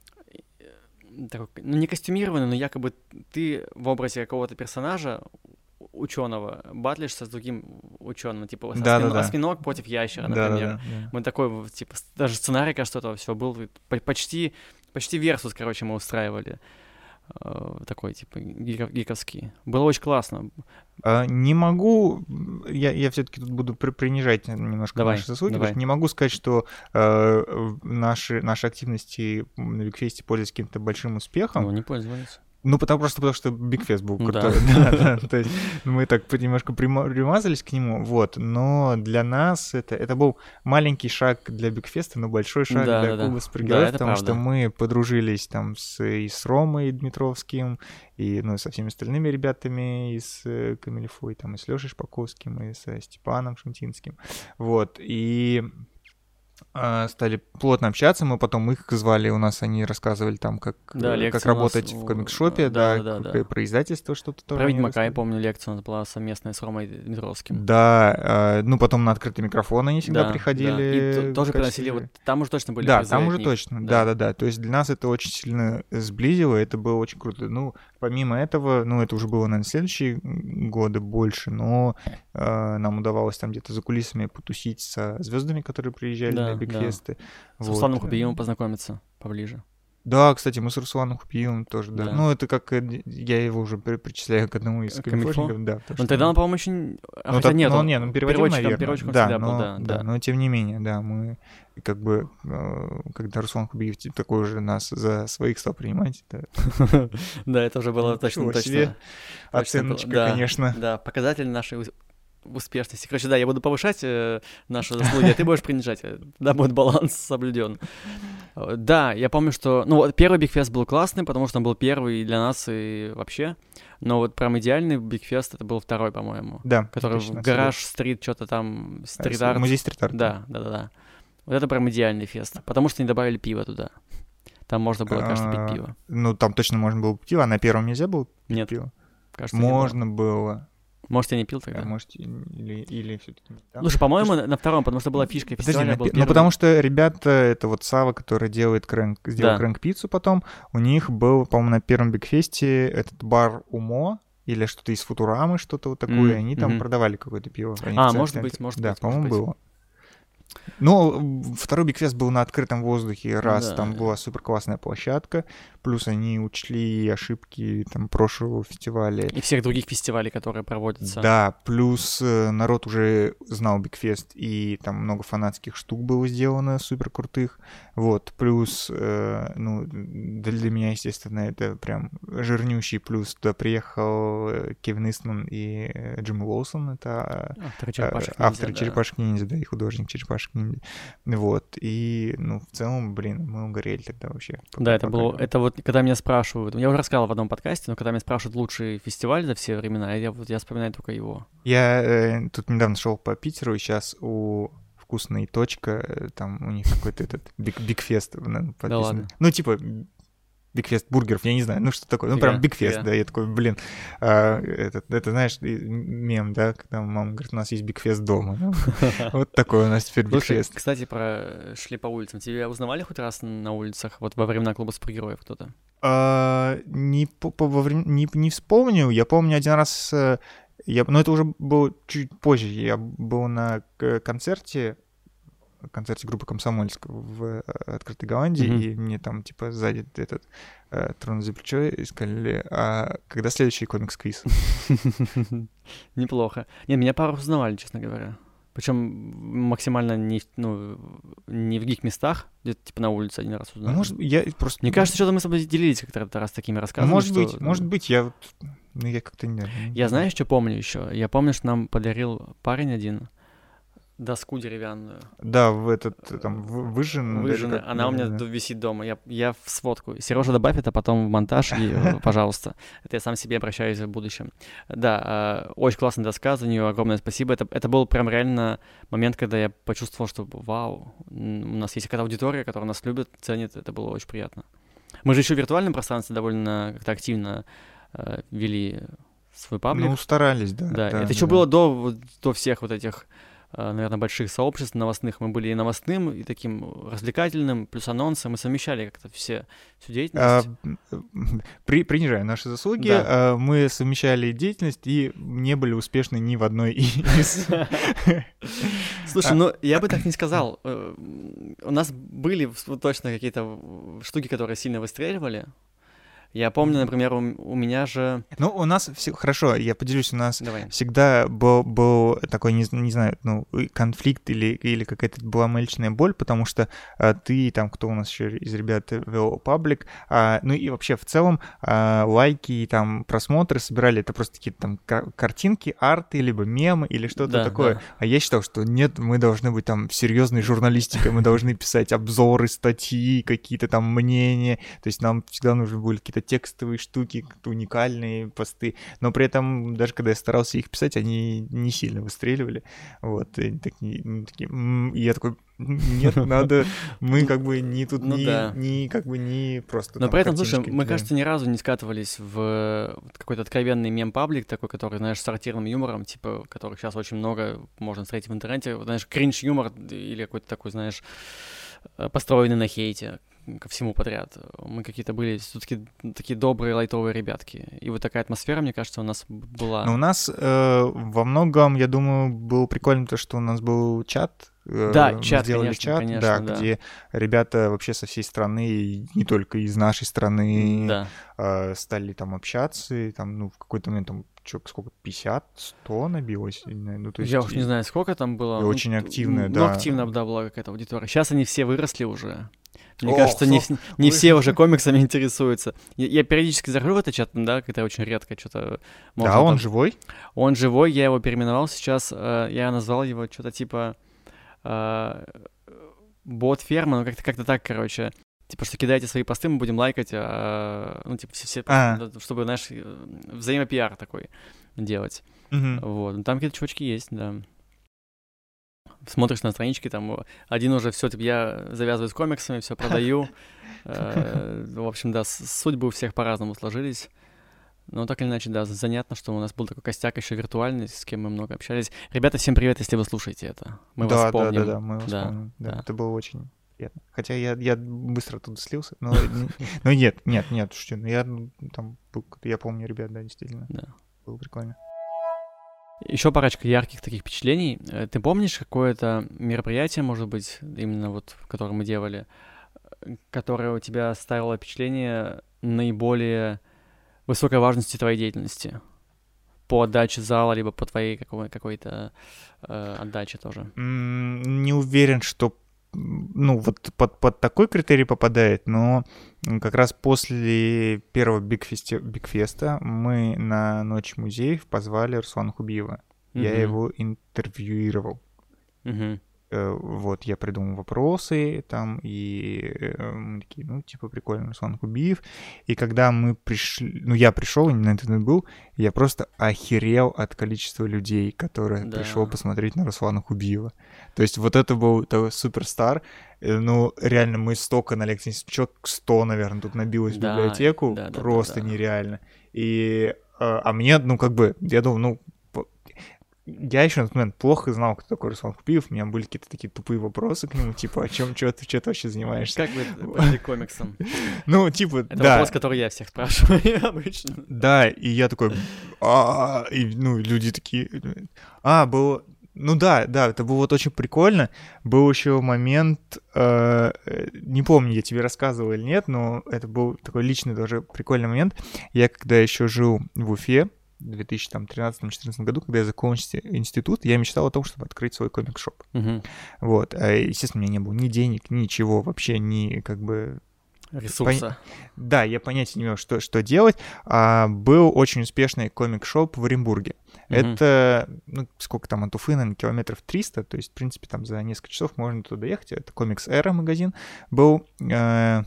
такой, ну, не костюмированный, но якобы ты в образе какого-то персонажа, ученого, батлишься с другим ученым, типа, да, осьминог, да, да. осьминог против ящера, например. Да, да, да. Мы такой, типа, даже сценарий, кажется, этого всего был, почти, почти версус, короче, мы устраивали. Такой, типа, гиковский. Было очень классно. А, не могу, я, я все-таки тут буду при, принижать немножко давай, наши заслуги, давай. Потому что не могу сказать, что э, наши, наши активности на Бигфесте пользовались каким-то большим успехом. Ну, не пользовались. Ну, потому, просто потому, что Бигфест был крутой. Да. Да, да, то есть мы так немножко примазались к нему, вот. Но для нас это, это был маленький шаг для Бигфеста, но большой шаг да, для да, клуба да. супергероев, да, потому правда. что мы подружились там с, и с Ромой Дмитровским, и ну, со всеми остальными ребятами из Камильфо, и, там, и с Лешей Шпаковским, и со Степаном Шунтинским. Вот, и... стали плотно общаться, мы потом их звали, у нас они рассказывали там, как, да, как работать в комикс-шопе, да, да, да, да. Про издательство что-то тоже. Про Ведьмака, я помню, лекция у нас была совместная с Ромой Дмитровским. Да, ну потом на открытый микрофон они всегда да, приходили. Да. И тоже приносили, вот там уже точно были Да, там уже них. точно, да-да-да, то есть для нас это очень сильно сблизило, это было очень круто. Ну, помимо этого, ну, это уже было, наверное, следующие годы больше, но э, нам удавалось там где-то за кулисами потусить со звездами, которые приезжали да. на Бигфесты. Да. Вот. С Русланом Хубиевым познакомиться поближе. Да, кстати, мы с Русланом Хубиевым тоже, да. да. Ну, это как я его уже причисляю к одному из камильфошников. Да, ну, тогда он, по-моему, очень... А, ну, хотя так, нет, он, нет, он переводил, наверное. Переводчиком да, всегда но, был, да, да, да. Но, тем не менее, да, мы как бы, когда Руслан Хубиев такой уже нас за своих стал принимать, да. Да, это уже было точно точно. Оценочка, конечно. Да, показатель нашей успешности. Короче, да, я буду повышать э, наши заслуги, а ты будешь принижать. Да, будет баланс соблюден. Да, я помню, что... Ну, вот первый Бигфест был классный, потому что он был первый для нас и вообще. Но вот прям идеальный Бигфест это был второй, по-моему. Да. Который в Гараж-стрит, что-то там, стрит-арт. Музей стрит-арт. Да, да, да, да. Вот это прям идеальный фест. Потому что не добавили пива туда. Там можно было, кажется, пить пиво. Ну, там точно можно было пить пиво, а на первом нельзя было пить Нет. пиво? Кажется, можно было. Может, я не пил тогда? А может, или, или все-таки... Слушай, по-моему, потому... на втором, потому что была фишка фестиваля. Подожди, на... Ну, потому что ребята, это вот Сава, который делает крэнк, сделал да. крэнк-пиццу потом, у них был, по-моему, на первом Бигфесте этот бар Умо, или что-то из Футурамы, что-то вот такое. Mm-hmm. Они там mm-hmm. продавали какое-то пиво. Они а, может быть, может да, быть. Да, по-моему, может быть. было. Ну, второй Бигфест был на открытом воздухе, раз, да. там была супер классная площадка, плюс они учли ошибки там прошлого фестиваля. И всех других фестивалей, которые проводятся. Да, плюс народ уже знал Бигфест, и там много фанатских штук было сделано, супер крутых. Вот, плюс, э, ну, для меня, естественно, это прям жирнющий плюс. Туда приехал Кевин Истман и Джим Уолсон, это авторы «Черепашек ниндзя», авторы да. «Черепашек ниндзя», да, и художник «Черепашек ниндзя». Вот, и, ну, в целом, блин, мы угорели тогда вообще. Да, это было, это вот, когда меня спрашивают, я уже рассказал в одном подкасте, но когда меня спрашивают лучший фестиваль за все времена, я вот я вспоминаю только его. Я э, тут недавно шел по Питеру, и сейчас у «Вкусной точка», там у них какой-то этот Бигфест подписан. Да ладно. Ну, типа... Бигфест бургеров, я не знаю, ну что такое, ну Фига, прям Бигфест, фига. да, я такой, блин, а, это, это, знаешь, мем, да, когда мама говорит, у нас есть Бигфест дома, ну, вот такой у нас теперь Бигфест. Кстати, про шли по улицам, тебя узнавали хоть раз на улицах, вот во времена клуба супергероев кто-то? А, не, по, по, во время, не, не вспомню, я помню один раз, я, но это уже было чуть позже, я был на концерте, концерте группы «Комсомольск» в открытой Голландии, mm-hmm. и мне там, типа, сзади этот э, тронут за плечо и сказали, а когда следующий комикс-квиз? Неплохо. Нет, меня пару раз узнавали, честно говоря. Причем максимально не, ну, не в других местах, где-то типа на улице один раз узнали. Может, я просто... Мне кажется, что-то мы с тобой делились как-то раз такими рассказами. Может что, быть, там... может быть, я... Ну, я как-то не... Я знаешь, что помню еще? Я помню, что нам подарил парень один доску деревянную. Да, в этот, там, выжженную. Выжженную. Она у меня да. висит дома. Я, я в сводку. Сережа добавь это потом в монтаж, и, пожалуйста. Это я сам себе обращаюсь в будущем. Да, очень классная доска, за нее огромное спасибо. Это, это был прям реально момент, когда я почувствовал, что вау, у нас есть какая-то аудитория, которая нас любит, ценит. Это было очень приятно. Мы же еще в виртуальном пространстве довольно как-то активно э, вели свой паблик. Ну, старались, да. Да, да это да, еще да. было до, до всех вот этих... наверное, больших сообществ новостных. Мы были и новостным, и таким развлекательным, плюс анонсы. Мы совмещали как-то все, всю деятельность. А, при, принижая наши заслуги, да. а, мы совмещали деятельность и не были успешны ни в одной из... Слушай, ну я бы так не сказал. У нас были точно какие-то штуки, которые сильно выстреливали. Я помню, например, у, у меня же... Ну, у нас все... Хорошо, я поделюсь, у нас Давай. всегда был, был такой, не, не знаю, ну, конфликт или, или какая-то была мелочная боль, потому что а, ты, там, кто у нас еще из ребят вел паблик, а, ну и вообще в целом а, лайки и там просмотры собирали, это просто какие-то там кар- картинки, арты, либо мемы или что-то да, такое. Да. А я считал, что нет, мы должны быть там серьезной журналистикой, мы должны писать обзоры, статьи, какие-то там мнения, то есть нам всегда нужны были какие-то текстовые штуки, уникальные посты, но при этом, даже когда я старался их писать, они не сильно выстреливали, вот, и такие, такие м-м, и я такой, нет, надо, мы как бы не тут, ну, не, да. не, как бы не просто но там при этом, слушай, картиночки, мы, да. кажется, ни разу не скатывались в какой-то откровенный мем-паблик такой, который, знаешь, с сортирным юмором, типа, которых сейчас очень много можно встретить в интернете, знаешь, кринж-юмор или какой-то такой, знаешь, построенный на хейте ко всему подряд. Мы какие-то были все-таки такие добрые, лайтовые ребятки. И вот такая атмосфера, мне кажется, у нас была. Но у нас э, во многом, я думаю, было прикольно то, что у нас был чат. Э, да, мы чат, сделали конечно, чат, конечно, да, да. где ребята вообще со всей страны, и не только из нашей страны, да. э, стали там общаться, и там, ну, в какой-то момент там чё, сколько, пятьдесят, сто набилось? Ну, то есть, я уж не знаю, сколько там было. И очень активная, ну, да. Ну, активно, да, была какая-то аудитория. Сейчас они все выросли уже. Мне Ох, кажется, не, не вы... все уже комиксами интересуются. Я, я периодически захожу в этот чат, да, когда очень редко что-то... Да, он там... живой? Он живой, я его переименовал сейчас. Э, я назвал его что-то типа... Э, бот-ферма, ну, как-то, как-то так, короче. Типа, что кидайте свои посты, мы будем лайкать, а, ну, типа, все, все а. чтобы, знаешь, взаимопиар такой делать. Угу. Вот, ну, там какие-то чувачки есть, да. Смотришь на странички, там один уже все, типа, я завязываю с комиксами, все продаю. В общем, да, судьбы у всех по-разному сложились. Но так или иначе, да, занятно, что у нас был такой костяк еще виртуальный, с кем мы много общались. Ребята, всем привет, если вы слушаете это. Мы да, вас помним. Да, да, да, мы вас да, помним. Да, да. Это было очень приятно. Хотя я, я быстро оттуда слился, но, но нет, нет, нет, что, я там, я помню ребят, да, действительно. Да. было прикольно. Еще парочка ярких таких впечатлений. Ты помнишь какое-то мероприятие, может быть, именно вот, которое мы делали, которое у тебя оставило впечатление наиболее высокой важности твоей деятельности? По отдаче зала, либо по твоей какой- какой-то э, отдаче тоже? Mm, не уверен, что ну, вот под, под такой критерий попадает, но как раз после первого Бигфеста, Бигфеста мы на Ночь музеев позвали Руслана Хубиева. Mm-hmm. Я его интервьюировал. Mm-hmm. Вот, я придумал вопросы там, и мы такие, ну, типа, прикольно, Руслан Хубиев. И когда мы пришли, ну, я пришел, на интернет был, я просто охерел от количества людей, которые да. пришел посмотреть на Руслана Хубиева. То есть вот это был такой суперстар. Ну, реально, мы столько на лекции, человек сто, наверное, тут набилось да, в библиотеку, да, просто да, да, да. нереально. И, а мне, ну, как бы, я думал, ну, я еще на тот момент плохо знал, кто такой Руслан Хубиев. У меня были какие-то такие тупые вопросы к нему, типа, о чем, что ты, что ты вообще занимаешься? Как вы пошли к комиксам? Ну, типа, это да. вопрос, который я всех спрашиваю обычно. Да, и я такой, а и, ну, люди такие, а, было... Ну да, да, это было вот очень прикольно. Был еще момент, э, не помню, я тебе рассказывал или нет, но это был такой личный тоже прикольный момент. Я когда еще жил в Уфе, в две тысячи тринадцатом-четырнадцатом году, когда я закончил институт, я мечтал о том, чтобы открыть свой комик-шоп. Uh-huh. Вот. А, естественно, у меня не было ни денег, ничего, вообще ни как бы... Ресурса. Пон... Да, я понятия не имел, что, что делать. А, был очень успешный комик-шоп в Оренбурге. Uh-huh. Это, ну, сколько там от Уфы, наверное, километров триста, то есть, в принципе, там за несколько часов можно туда ехать. Это Комикс Эра магазин был. А,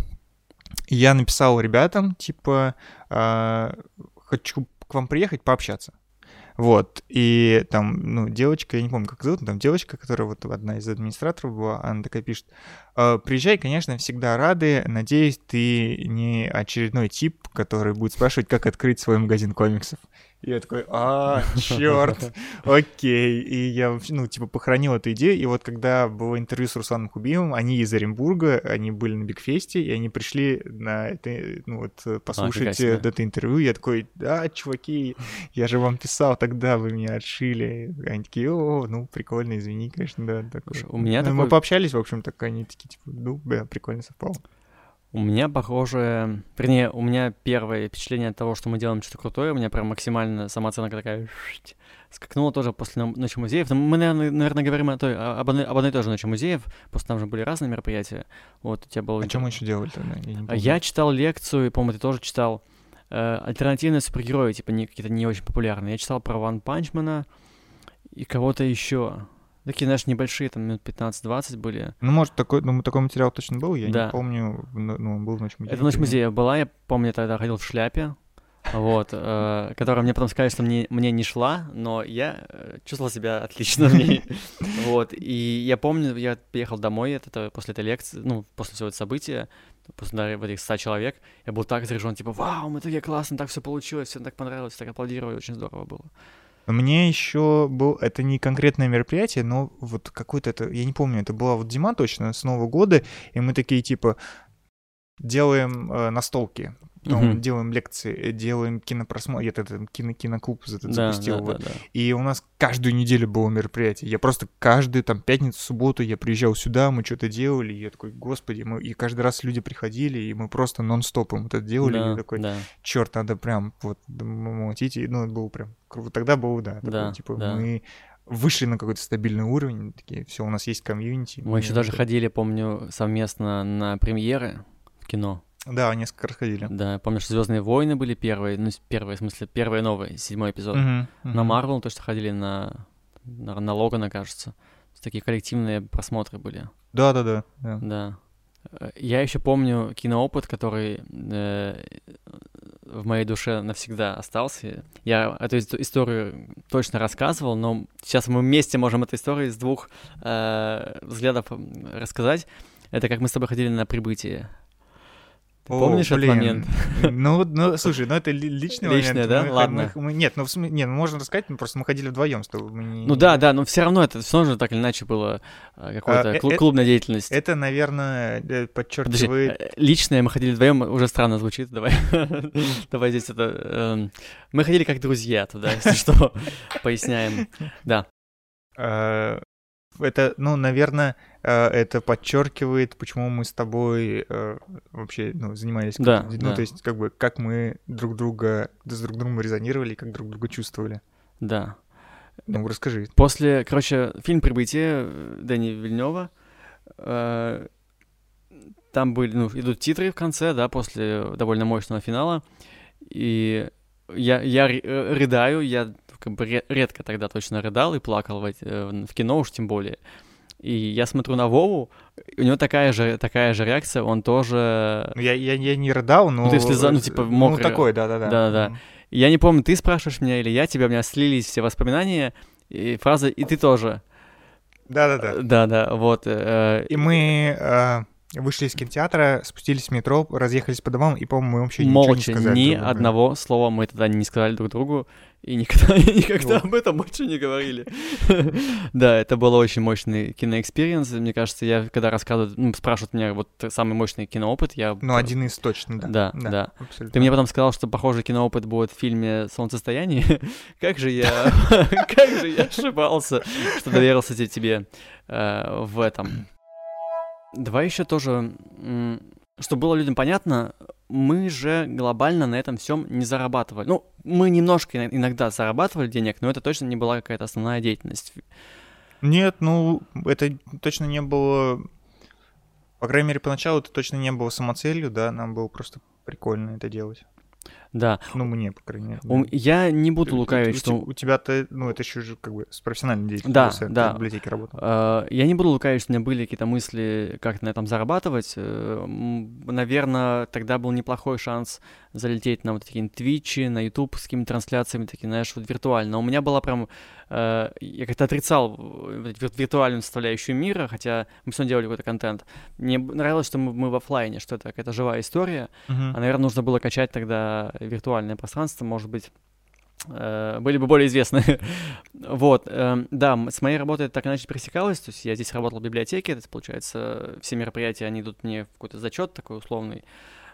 я написал ребятам, типа, а, хочу к вам приехать пообщаться. Вот, и там, ну, девочка, я не помню, как зовут, но там девочка, которая вот одна из администраторов была, она такая пишет, приезжай, конечно, всегда рады, надеюсь, ты не очередной тип, который будет спрашивать, как открыть свой магазин комиксов. И я такой, а, черт, окей. И я, ну, типа, похоронил эту идею. И вот когда было интервью с Русланом Хубиевым, они из Оренбурга, они были на Бигфесте, и они пришли на это, ну, вот, послушать а, это интервью. Я такой, да, чуваки, я же вам писал тогда, вы меня отшили. Они такие, о, ну, прикольно, извини, конечно, да. Такое. У меня ну, такой... Мы пообщались, в общем-то, они такие, типа, ну, да, прикольно совпало. У меня похоже... Вернее, у меня первое впечатление от того, что мы делаем что-то крутое, у меня прям максимально самооценка такая скакнула тоже после Ночи музеев. Мы, наверное, наверное говорим о той, об, одной, об одной и той же Ночи музеев, просто там же были разные мероприятия. Вот, у тебя было... А что мы еще делали тогда? Я, не я читал лекцию, и, по-моему, ты тоже читал э, альтернативные супергерои, типа не, какие-то не очень популярные. Я читал про Ван Панчмана и кого-то еще. Такие, знаешь, небольшие, там, минут пятнадцать-двадцать были. Ну, может, такой, ну, такой материал точно был, я да. не помню, ну, он был в Ночь музея. Это Ночь музея была, я помню, я тогда ходил в шляпе, вот, э, которая мне потом сказали, что мне, мне не шла, но я чувствовал себя отлично в ней, вот, и я помню, я приехал домой это, после этой лекции, ну, после всего этого события, после этих ста человек, я был так заряжен, типа, вау, мы такие классные, так все получилось, всем так понравилось, так аплодировали, очень здорово было. Мне еще был, это не конкретное мероприятие, но вот какой-то это, я не помню, это была вот зима точно, с Нового года, и мы такие типа делаем э, настолки, потом uh-huh. делаем лекции, делаем кинопросмотр, я тогда кино, киноклуб да, запустил, да, вот. да, да. И у нас каждую неделю было мероприятие, я просто каждую там пятницу, субботу я приезжал сюда, мы что-то делали, и я такой, господи, мы... и каждый раз люди приходили, и мы просто нон-стопом это делали, да, и я такой, да. черт, надо прям вот молотить, и, ну, это было прям круто, тогда было, да, такой, да типа да. мы вышли на какой-то стабильный уровень, такие, все, у нас есть комьюнити. Мы еще даже это... ходили, помню, совместно на премьеры в кино. Да, несколько раз ходили. Да, помню, что «Звездные войны» были первые, ну, первые, в смысле, первые новые, седьмой эпизод. Uh-huh, uh-huh. На Марвел то, что ходили на, на, на Логана, кажется. Такие коллективные просмотры были. Да-да-да. Да. Да. Я еще помню киноопыт, который э, в моей душе навсегда остался. Я эту историю точно рассказывал, но сейчас мы вместе можем эту историю с двух э, взглядов рассказать. Это как мы с тобой ходили на «Прибытие». Ты помнишь О, этот момент? Ну, ну, слушай, ну это личный момент. Личное, да? Мы, Ладно. Мы, мы, нет, ну, в смысле, нет, ну, можно рассказать, мы просто мы ходили вдвоем с тобой. Мы не... Ну да, да, но все равно это все равно же так или иначе было какой-то А, клу- э- клубная деятельность. Это, наверное, Подожди, подчеркивает... э, личное мы ходили вдвоем, уже странно звучит, давай, давай здесь это... эм, Мы ходили как друзья туда, если что, поясняем, да. э, Это, ну, наверное, э, это подчеркивает, почему мы с тобой э, вообще, ну, занимались. Да, как- ну, да. то есть, как бы, как мы друг друга, с друг другом резонировали, как друг друга чувствовали. Да. Ну, расскажи. После, короче, фильм «Прибытие» Дэни Вильнёва, э, там были, ну, идут титры в конце, да, после довольно мощного финала, и я, я ри- э, рыдаю, я как бы ре- редко тогда точно рыдал и плакал в, эти- э, в кино уж тем более. И я смотрю на Вову, у него такая же, такая же реакция, он тоже... Ну, я, я, я не рыдал, но... Ну, ты если за- ну, типа, мокрый. Ну, такой, да-да-да. Да-да-да. Мгм. Я не помню, ты спрашиваешь меня или я тебя, у меня слились все воспоминания, и фраза «и ты тоже». Да-да-да. Да-да, вот. э, И мы э, вышли из кинотеатра, спустились в метро, разъехались по домам, и, по-моему, мы вообще ничего не Молча, сказали ни друг другу. одного слова мы тогда не сказали друг другу, и никогда, никогда Вот. об этом больше не говорили. Да, это был очень мощный киноэкспириенс. Мне кажется, я когда рассказываю, ну, спрашивают меня, вот самый мощный киноопыт, я... Ну, один из точно, да. Да, да. Абсолютно. Ты мне потом сказал, что похожий киноопыт будет в фильме «Солнцестояние». Как же я... Как же я ошибался, что доверился те- тебе э, в этом. Давай еще тоже, м, чтобы было людям понятно, мы же глобально на этом всем не зарабатывали. Ну, мы немножко ина- иногда зарабатывали денег, но это точно не была какая-то основная деятельность. Нет, ну, это точно не было... По крайней мере, поначалу это точно не было самоцелью, да, нам было просто прикольно это делать. Да. Ну, мне, по крайней мере. У- да. Я не буду У- у- лукавить, у, что... те- у тебя-то, ну, это еще же как бы с профессиональной деятельностью. Да, то есть ты да. в библиотеке работал. Э, Я не буду лукавить, что у меня были какие-то мысли, как на этом зарабатывать. Наверное, тогда был неплохой шанс залететь на вот такие твичи, на YouTube с какими-то трансляциями, такие, знаешь, вот виртуально. У меня была прям... э, Я как-то отрицал вот эту вир- виртуальную составляющую мира, хотя мы все равно делали какой-то контент. Мне б- нравилось, что мы, мы в оффлайне, что это какая-то живая история. Мгм. А, наверное, нужно было качать тогда виртуальное пространство, может быть, э, были бы более известны. Вот, эм, да, м- с моей работой это так иначе пересекалось, то есть я здесь работал в библиотеке, это, получается, все мероприятия, они идут мне в какой-то зачет такой условный.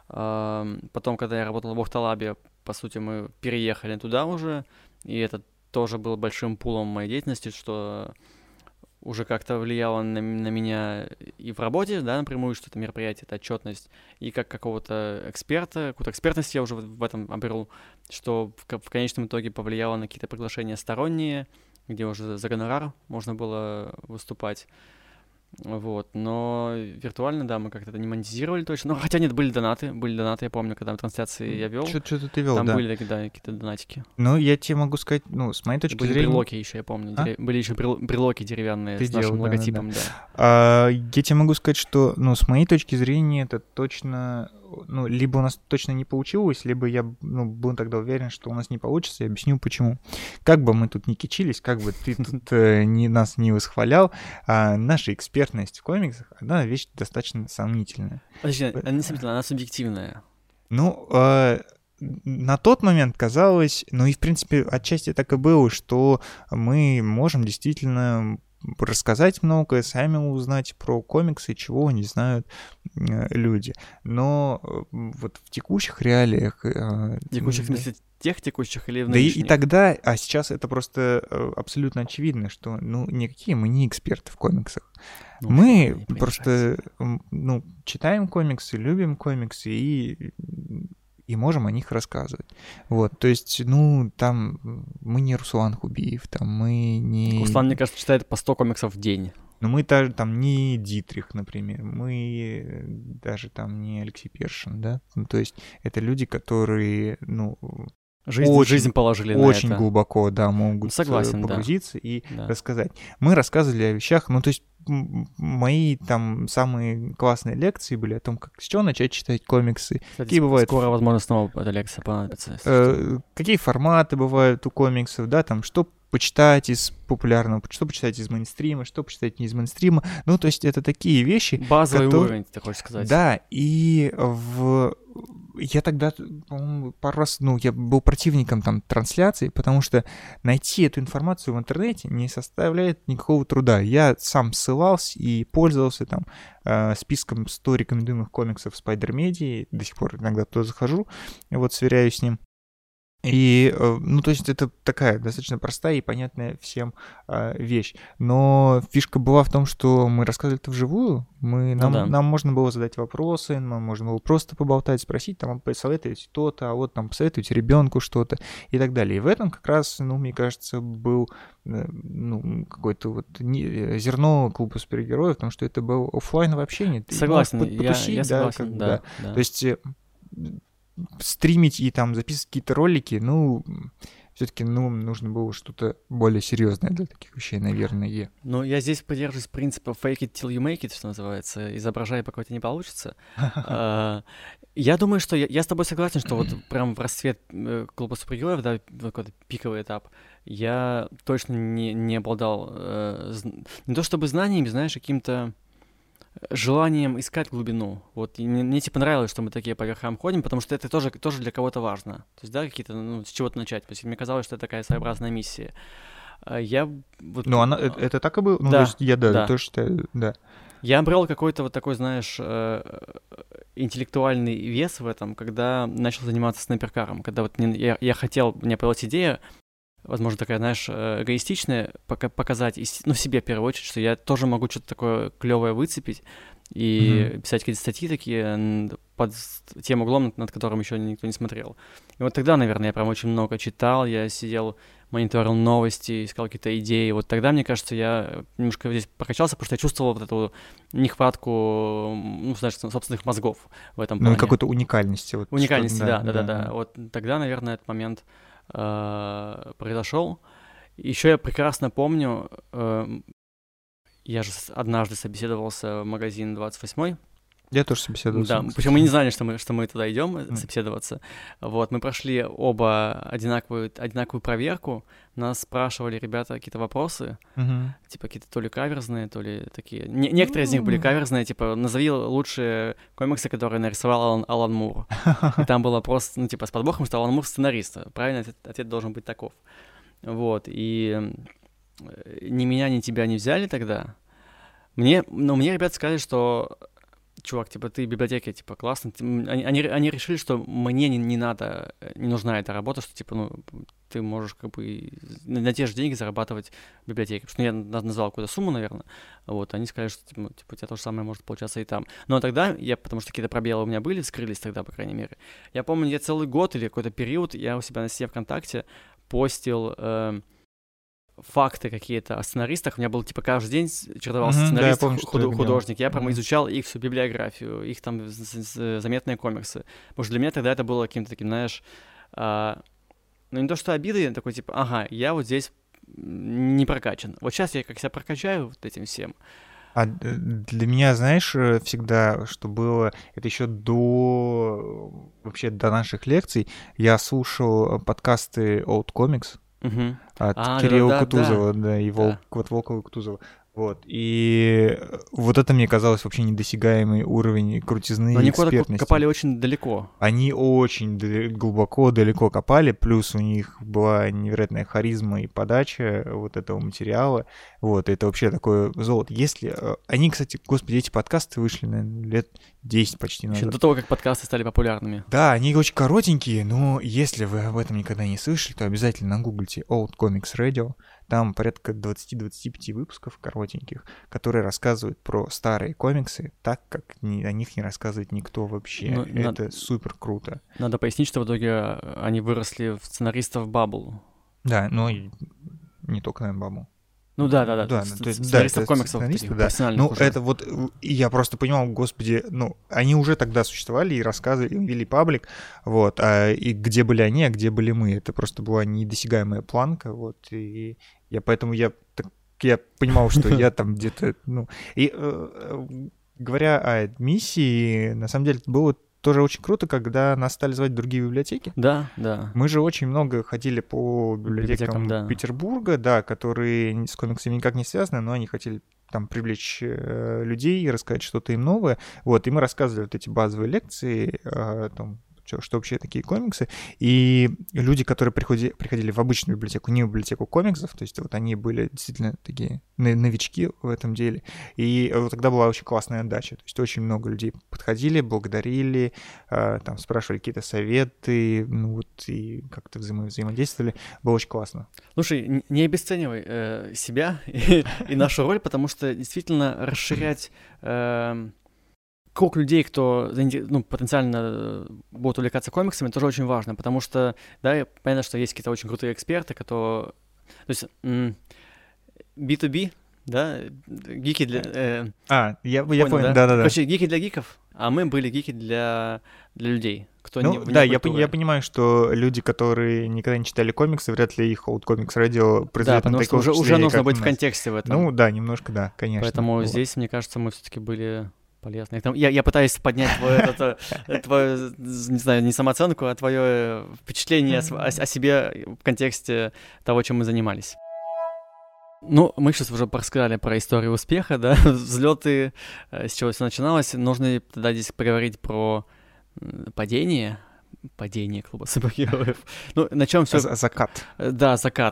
Ам, Потом, когда я работал в Охталабе, по сути, мы переехали туда уже, и это тоже было большим пулом моей деятельности, что уже как-то влияло на, м- на меня и в работе, да, напрямую, что это мероприятие, это отчетность, и как какого-то эксперта, какую-то экспертность я уже в в этом обрел, что в, ко- в конечном итоге повлияло на какие-то приглашения сторонние, где уже за гонорар можно было выступать. Вот, но виртуально, да, мы как-то это не монетизировали точно. Ну, хотя нет, были донаты, были донаты, я помню, когда трансляции я вел, Что-то ты вел, там да. были такие, да, какие-то донатики. Ну, я тебе могу сказать, ну, с моей точки Были зрения... брелоки еще, я помню, А? дере- были еще брел- брелоки деревянные Ты с нашим делал, да-да-да. логотипом, да. А, я тебе могу сказать, что, ну, с моей точки зрения, это точно, ну, либо у нас точно не получилось, либо я, ну, был тогда уверен, что у нас не получится, я объясню почему. Как бы мы тут не кичились, как бы ты тут э, не, нас не восхвалял, а наша экспертность в комиксах, она вещь достаточно сомнительная. Подожди, она не сомнительная, она субъективная. Ну, э, на тот момент казалось, ну и в принципе отчасти так и было, что мы можем действительно рассказать многое, сами узнать про комиксы, чего не знают э, люди. Но э, вот в текущих реалиях... э, Текущих, в да, смысле, тех текущих или в да и, и нынешних? тогда, а сейчас это просто э, абсолютно очевидно, что ну никакие мы не эксперты в комиксах. Ну, Мы что, не просто м, ну, читаем комиксы, любим комиксы и, и можем о них рассказывать. Вот, то есть, ну, там мы не Руслан Хубиев, там мы не... Руслан, мне кажется, читает по сто комиксов в день. Ну, мы даже там не Дитрих, например, мы даже там не Алексей Першин, да? Ну, то есть это люди, которые, ну... Жизнь, Очень- жизнь положили очень на это. глубоко, да, могут Согласен, э, да. погрузиться и Да. рассказать. Мы рассказывали о вещах, ну, то есть м, мои там самые классные лекции были о том, как с чего начать читать комиксы, Кстати, какие ск- бывают- скоро, возможно, снова эта лекция понадобится. если что. э, какие форматы бывают у комиксов, да, там, что почитать из популярного, что почитать из мейнстрима, что почитать не из мейнстрима. Ну, то есть это такие вещи... Базовый которые... уровень, ты хочешь сказать. Да, и в... я тогда, по-моему, пару раз, ну, я был противником там трансляций, потому что найти эту информацию в интернете не составляет никакого труда. Я сам ссылался и пользовался там э, списком сто рекомендуемых комиксов Spider-Media, до сих пор иногда туда захожу, и вот сверяюсь с ним. И, ну, то есть это такая достаточно простая и понятная всем э, вещь. Но фишка была в том, что мы рассказывали это вживую, мы, нам, ну, да. нам можно было задать вопросы, нам можно было просто поболтать, спросить, там, посоветовать то-то, а вот там посоветовать ребенку что-то и так далее. И в этом как раз, ну, мне кажется, был ну, какое-то вот зерно клуба супергероев, потому что это был офлайновое общение. Согласен, я, я согласен, да, да, да. То есть... стримить и там записывать какие-то ролики, ну, все-таки, ну, нужно было что-то более серьезное для таких вещей, наверное. Ну, я здесь поддерживаюсь принципа fake it till you make it, что называется, изображай, пока у тебя не получится. Я думаю, что я с тобой согласен, что вот прям в расцвет клуба супергероев, да, какой-то пиковый этап, я точно не, не обладал не то чтобы знаниями, знаешь, каким-то желанием искать глубину. Вот и мне, мне типа нравилось, что мы такие по верхам ходим, потому что это тоже, тоже для кого-то важно. То есть, да, какие-то, ну, с чего-то начать. То есть мне казалось, что это такая своеобразная миссия. Я вот... Ну, она, это, это так и было? Ну, да, то есть я, да, да. тоже считаю, да. Я обрел какой-то вот такой, знаешь, интеллектуальный вес в этом, когда начал заниматься снайперкаром. Когда вот я, я хотел, у меня появилась идея, возможно, такая, знаешь, эгоистичная, пока показать, ну, себе в первую очередь, что я тоже могу что-то такое клевое выцепить и mm-hmm. писать какие-то статьи такие под тем углом, над которым еще никто не смотрел. И вот тогда, наверное, я прям очень много читал, я сидел, мониторил новости, искал какие-то идеи. Вот тогда, мне кажется, я немножко здесь прокачался, потому что я чувствовал вот эту нехватку, ну, знаешь, собственных мозгов в этом плане. Ну, и какой-то уникальности. Вот уникальности, да, да, да, да, да. Вот тогда, наверное, этот момент Uh, произошел. Еще я прекрасно помню, uh, я же однажды собеседовался в магазин двадцать восьмой. Я тоже собеседовался. Да, причем мы не знали, что мы, что мы туда идем mm. собеседоваться. Вот, мы прошли оба одинаковую, одинаковую проверку. Нас спрашивали ребята какие-то вопросы, mm-hmm. типа какие-то то ли каверзные, то ли такие... Не- некоторые mm-hmm. из них были каверзные, типа назови лучшие комиксы, которые нарисовал Алан, Алан Мур. И там было просто, ну, типа, с подвохом, что Алан Мур сценарист. Правильный ответ, ответ должен быть таков. Вот, и ни меня, ни тебя не взяли тогда. Мне, ну, мне ребята сказали, что... Чувак, типа, ты в библиотеке, типа, классно. Они, они, они решили, что мне не, не надо, не нужна эта работа, что, типа, ну, ты можешь, как бы, на, на те же деньги зарабатывать в библиотеке. Потому что я назвал какую-то сумму, наверное. Вот, они сказали, что, типа, типа, у тебя то же самое может получаться и там. Но тогда я, потому что какие-то пробелы у меня были, скрылись тогда, по крайней мере. Я помню, я целый год или какой-то период, я у себя на сети ВКонтакте постил... Э, факты какие-то о сценаристах. У меня был, типа, каждый день чередовался mm-hmm, сценарист, да, я помню, худ- художник. Я прям mm-hmm. изучал их всю библиографию, их там заметные комиксы. Потому что для меня тогда это было каким-то таким, знаешь, а, ну, не то что обидой, такой, типа, ага, я вот здесь не прокачан. Вот сейчас я как себя прокачаю вот этим всем. А для меня, знаешь, всегда, что было, это еще до, вообще, до наших лекций, я слушал подкасты Old Comics, Uh-huh. от а, Кирилла да, Кутузова, да, да, и Вол... да. вот Волкова и Кутузова. Вот. И вот это мне казалось вообще недосягаемый уровень крутизны и экспертности. Они куда-то копали очень далеко. Они очень д- глубоко, далеко копали, плюс у них была невероятная харизма и подача вот этого материала. Вот, это вообще такое золото. Если... Они, кстати, господи, эти подкасты вышли, наверное, лет десять почти назад. Еще до того, как подкасты стали популярными. Да, они очень коротенькие, но если вы об этом никогда не слышали, то обязательно нагуглите Old Comics Radio. Там порядка двадцать-двадцать пять выпусков коротеньких, которые рассказывают про старые комиксы так, как ни, о них не рассказывает никто вообще. Ну, это надо, супер круто. Надо пояснить, что в итоге они выросли в сценаристов Bubble. Да, но не только, наверное, Bubble. Ну да, да, да. да ц- то ц- сценаристов да, комиксов, таких, да. Ну, уже. Это вот, я просто понимал, господи, ну, они уже тогда существовали и рассказывали, и вели паблик, вот, а, и где были они, а где были мы. Это просто была недосягаемая планка, вот, и я поэтому я, так, я понимал, что я там где-то, ну, и говоря о миссии, на самом деле, это было тоже очень круто, когда нас стали звать в другие библиотеки. Да, да. Мы же очень много ходили по библиотекам, Библиотекам, да. Петербурга, да, которые с комиксами никак не связаны, но они хотели там привлечь э, людей, рассказать что-то им новое. Вот, и мы рассказывали вот эти базовые лекции о том, что, что вообще такие комиксы. И люди, которые приходили, приходили в обычную библиотеку, не в библиотеку комиксов, то есть вот они были действительно такие новички в этом деле. И вот тогда была очень классная отдача. То есть очень много людей подходили, благодарили, э, там спрашивали какие-то советы, ну вот, и как-то взаимо- взаимодействовали. Было очень классно. Слушай, не обесценивай э, себя и, и нашу роль, потому что действительно расширять э, круг людей, кто ну, потенциально будут увлекаться комиксами, тоже очень важно, потому что, да, понятно, что есть какие-то очень крутые эксперты, которые... То есть м- би ту би, да, гики для... Э, а, я, понял, я понял, да? да-да-да. Короче, гики для гиков, а мы были гики для, для людей. Кто ну, не, да, я, культуры. я понимаю, что люди, которые никогда не читали комиксы, вряд ли их Old Comics Radio произведет да, на потому что такое уже, уже впечатление, нужно как быть у в нас. контексте в этом. Ну, да, немножко, да, конечно. Поэтому Вот. здесь, мне кажется, мы все-таки были полезны. Я, я пытаюсь поднять твою, твою, не знаю, не самооценку, а твое впечатление о, о себе в контексте того, чем мы занимались. Ну, мы сейчас уже рассказали про историю успеха, да, взлеты, с чего все начиналось. Нужно тогда здесь поговорить про падение, падение клуба супергероев. Ну, на чем все... Закат. Да, закат.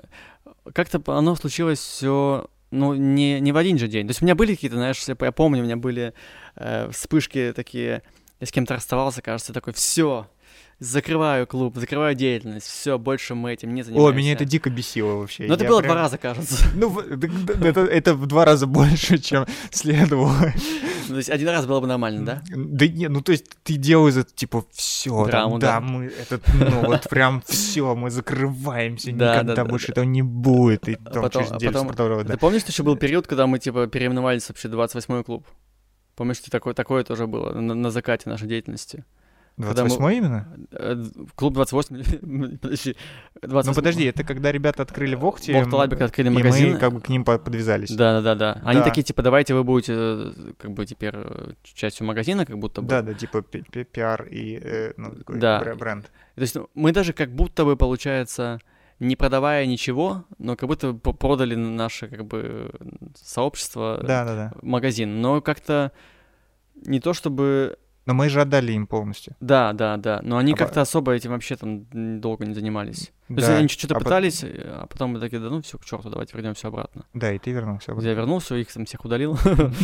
Как-то оно случилось все, ну, не, не в один же день. То есть у меня были какие-то, знаешь, я помню, у меня были э, вспышки такие, я с кем-то расставался, кажется, такой, все, закрываю клуб, закрываю деятельность, все, больше мы этим не занимаемся. О, меня это дико бесило вообще. Ну, это я было прям... два раза, кажется. Ну, это, это в два раза больше, чем следовало. То есть один раз было бы нормально, да? Да нет, ну то есть ты делаешь это, типа, все, Драму, да, да. мы, этот, ну вот прям все, мы закрываемся, Да, никогда да, да, больше да. этого не будет. И потом, потом, через неделю потом, стопудово, да. Ты помнишь, что еще был период, когда мы, типа, переименовались вообще двадцать восьмой клуб? Помнишь, что такое, такое тоже было на, на закате нашей деятельности? двадцать восьмой мы... именно? Клуб двадцать восемь, подожди. двадцать восемь... Ну подожди, это когда ребята открыли в Охте, в Охте открыли магазин, и мы как бы к ним подвязались. Да-да-да. Они да. такие, типа, давайте вы будете, как бы, теперь частью магазина, как будто бы. Да-да, типа пиар и э, ну, такой да. бренд. То есть мы даже как будто бы, получается, не продавая ничего, но как будто бы продали наше, как бы, сообщество, да-да-да. магазин. Но как-то не то чтобы... Но мы же отдали им полностью. Да, да, да. Но они а как-то по... особо этим вообще там долго не занимались. Да. То есть они что-то а пытались, по... а потом мы такие, да ну все, к черту, давайте вернем все обратно. Да, и ты вернулся обратно. Я вернулся, их там всех удалил.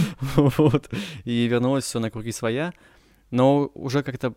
Вот. И вернулось все на круги своя. Но уже как-то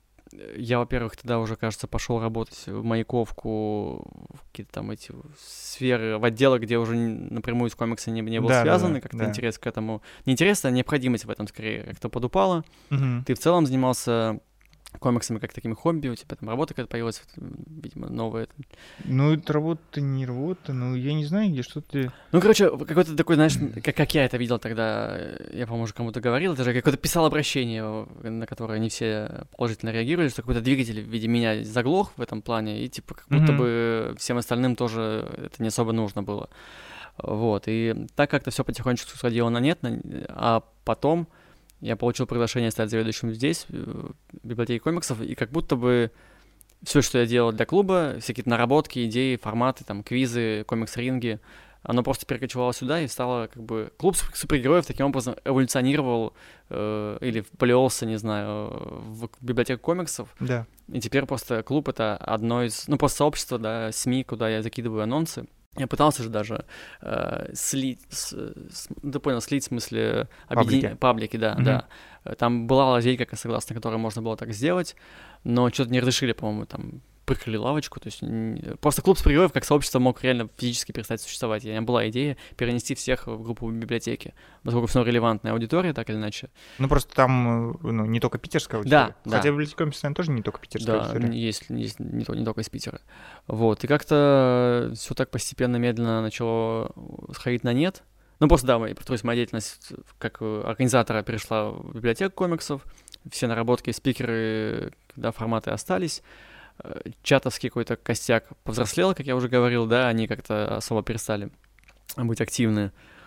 я, во-первых, тогда уже, кажется, пошел работать в Маяковку, в какие-то там эти сферы, в отделы, где уже напрямую с комиксами не, не был да, связан, да, и как-то да. интерес к этому... Не интерес, а необходимость в этом скорее как-то подупала. Угу. Ты в целом занимался комиксами как такими хобби, у тебя там работа какая-то появилась, видимо, новая. Ну, это работа, не работа, ну, я не знаю, где что ты... Ну, короче, какой-то такой, знаешь, как, как я это видел тогда, я, по-моему, уже кому-то говорил, даже какое-то писал обращение, на которое не все положительно реагировали, что какой-то двигатель в виде меня заглох в этом плане, и, типа, как будто mm-hmm. бы всем остальным тоже это не особо нужно было. Вот, и так как-то все потихонечку сходило на нет, а потом... Я получил приглашение стать заведующим здесь, в библиотеке комиксов, и как будто бы все, что я делал для клуба, всякие наработки, идеи, форматы, там, квизы, комикс-ринги, оно просто перекочевало сюда и стало как бы... Клуб супергероев таким образом эволюционировал э, или плелся, не знаю, в библиотеку комиксов. Да. И теперь просто клуб — это одно из... Ну, просто сообщество, да, СМИ, куда я закидываю анонсы. Я пытался же даже э, слить, с, с, ты понял, слить в смысле объединения, паблики, да, mm-hmm. да. Там была лазейка, согласно которой можно было так сделать, но что-то не разрешили, по-моему, там прикрыли лавочку, то есть не... просто клуб супергероев как сообщество мог реально физически перестать существовать. У меня была идея перенести всех в группу библиотеки, поскольку все равно релевантная аудитория, так или иначе. Ну просто там ну, не только питерская аудитория. Да, хотя да. библиотека комиксов, наверное, тоже не только питерская да, аудитория. Да, есть, есть не, не только из Питера. Вот, и как-то все так постепенно, медленно начало сходить на нет. Ну просто да, то есть моя деятельность как организатора перешла в библиотеку комиксов, все наработки, спикеры, да, форматы остались. Чатовский какой-то костяк повзрослел, как я уже говорил, да, они как-то особо перестали быть активны.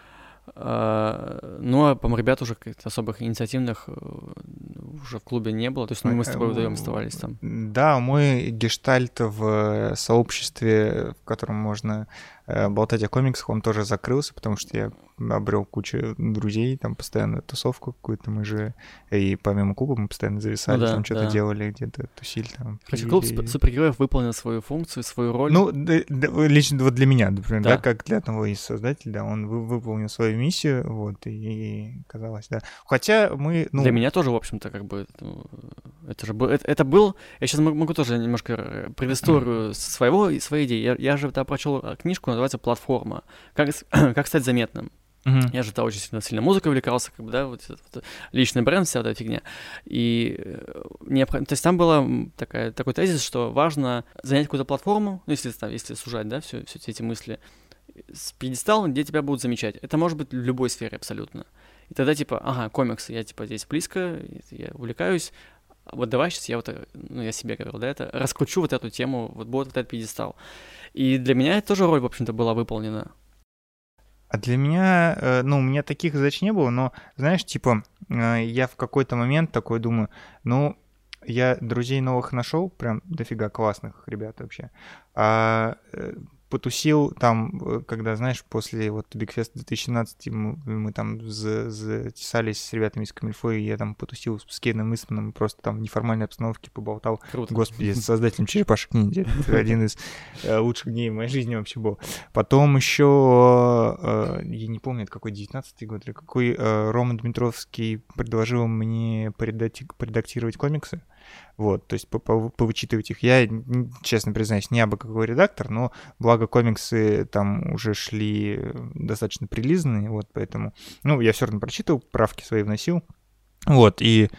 А, ну, а, по-моему, ребят уже каких-то особых инициативных уже в клубе не было. То есть ну, мы с тобой вдвоем оставались там. Да, мой гештальт в сообществе, в котором можно болтать о комиксах, он тоже закрылся, потому что я обрел кучу друзей, там постоянно тусовку какую-то мы же, и помимо клуба мы постоянно зависали, ну, да, там что-то да. делали, где-то тусили там. Короче, клуб супергероев выполнил свою функцию, свою роль. Ну, да, да, лично вот для меня, например, да. да, как для одного из создателей, да, он вы, выполнил свою миссию, вот, и, и казалось, да. Хотя мы, ну... Для меня тоже, в общем-то, как бы, ну, это же был, это, это был, я сейчас могу тоже немножко предысторию своего, своей идеи, я, я же тогда прочел книжку, называется «Платформа», как, как стать заметным. Uh-huh. Я же тогда очень сильно, сильно музыкой увлекался, как бы, да, вот, вот личный бренд, вся эта фигня. И необх... то есть там была такая, такой тезис, что важно занять какую-то платформу, ну, если, там, если сужать, да, все, все эти мысли, с пьедесталом, где тебя будут замечать. Это может быть в любой сфере абсолютно. И тогда, типа, ага, комиксы, я, типа, здесь близко, я увлекаюсь, вот давай сейчас я вот, ну, я себе говорил, да, это, раскручу вот эту тему, вот будет вот этот пьедестал. И для меня это тоже роль, в общем-то, была выполнена. А для меня, ну, у меня таких задач не было, но, знаешь, типа, я в какой-то момент такой думаю, ну, я друзей новых нашел, прям дофига классных ребят вообще, а потусил там, когда, знаешь, после вот Бигфест две тысячи семнадцать мы, мы там затесались с ребятами из Камильфо, и я там потусил с Кейном Истманом, просто там в неформальной обстановке поболтал. Круто. Господи, с создателем Черепашек Ниндзя. Это один из лучших дней в моей жизни вообще был. Потом еще, я не помню, это какой девятнадцатый год, или какой, Рома Дмитровский предложил мне поредактировать комиксы. Вот, то есть повычитывать их. Я, честно признаюсь, не абы какой редактор, но благо комиксы там уже шли достаточно прилизанные, вот, поэтому, ну, я все равно прочитал, правки свои вносил, вот, и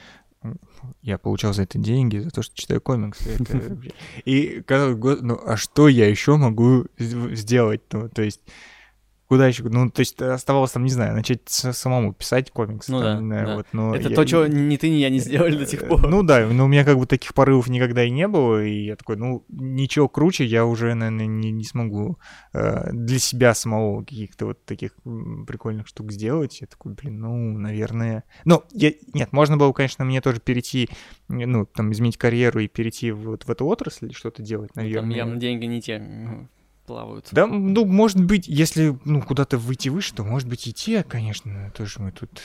я получал за это деньги, за то, что читаю комиксы. Это... И казалось, ну, а что я еще могу сделать? Ну, то есть... Куда еще? Ну, то есть оставалось там, не знаю, начать самому писать комиксы. Ну там, да, да. Вот, но это я... то, чего ни ты, ни я не сделали до сих пор. Ну да, но у меня как бы таких порывов никогда и не было, и я такой, ну, ничего круче я уже, наверное, не, не смогу э, для себя самого каких-то вот таких прикольных штук сделать. Я такой, блин, ну, наверное... Ну, я... нет, можно было, конечно, мне тоже перейти, ну, там, изменить карьеру и перейти вот в эту отрасль, что-то делать, наверное. Там явно деньги не те... плавают. Да, ну, может быть, если, ну, куда-то выйти выше, то, может быть, и те, конечно, тоже мы тут...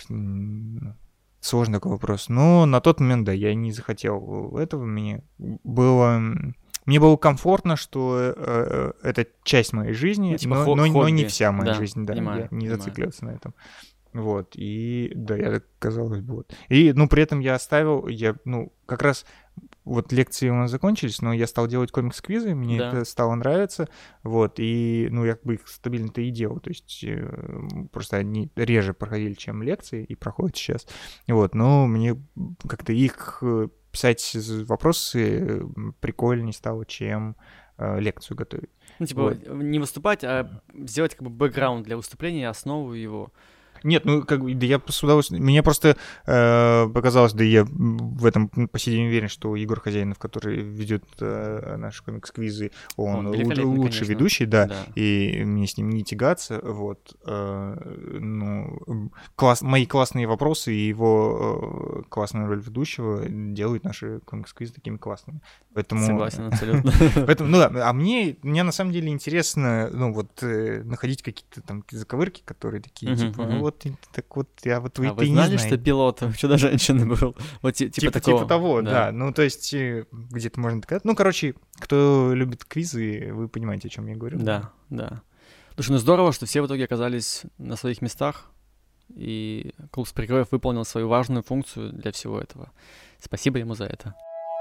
Сложный такой вопрос. Но на тот момент, да, я не захотел этого. Мне было... Мне было комфортно, что э, это часть моей жизни, ну, типа но, но, но не вся моя да, жизнь, да, понимаю, я не зациклился понимаю. на этом. Вот, и, да, я так казалось бы, вот. И, ну, при этом я оставил, я, ну, как раз... Вот лекции у нас закончились, но я стал делать комикс-квизы, мне да. это стало нравиться, вот, и, ну, я как бы их стабильно-то и делал, то есть э, просто они реже проходили, чем лекции, и проходят сейчас, вот, но мне как-то их писать вопросы прикольнее стало, чем э, лекцию готовить. Ну, типа, вот. Не выступать, а сделать как бы бэкграунд для выступления, основу его. Нет, ну, как бы, да я с удовольствием... Мне просто э, показалось, да я в этом по сей день уверен, что Егор Хозяинов, который ведет э, наши комикс-квизы, он, он лучший конечно. ведущий, да, да, и мне с ним не тягаться, вот. Э, ну, класс, мои классные вопросы и его э, классная роль ведущего делают наши комикс-квизы такими классными. Поэтому... Согласен, абсолютно. Поэтому, ну да, а мне, мне на самом деле интересно, ну, вот, э, находить какие-то там заковырки, которые такие, типа, ну, вот так вот, я вот вы, а вы знали, что пилотом чудо-женщины был? Вот типа, типа, такого. типа того, да. да. Ну, то есть, где-то можно доказать. Ну, короче, кто любит квизы, вы понимаете, о чем я говорю. Да, да. Слушай, ну здорово, что все в итоге оказались на своих местах, и клуб супергероев выполнил свою важную функцию для всего этого. Спасибо ему за это.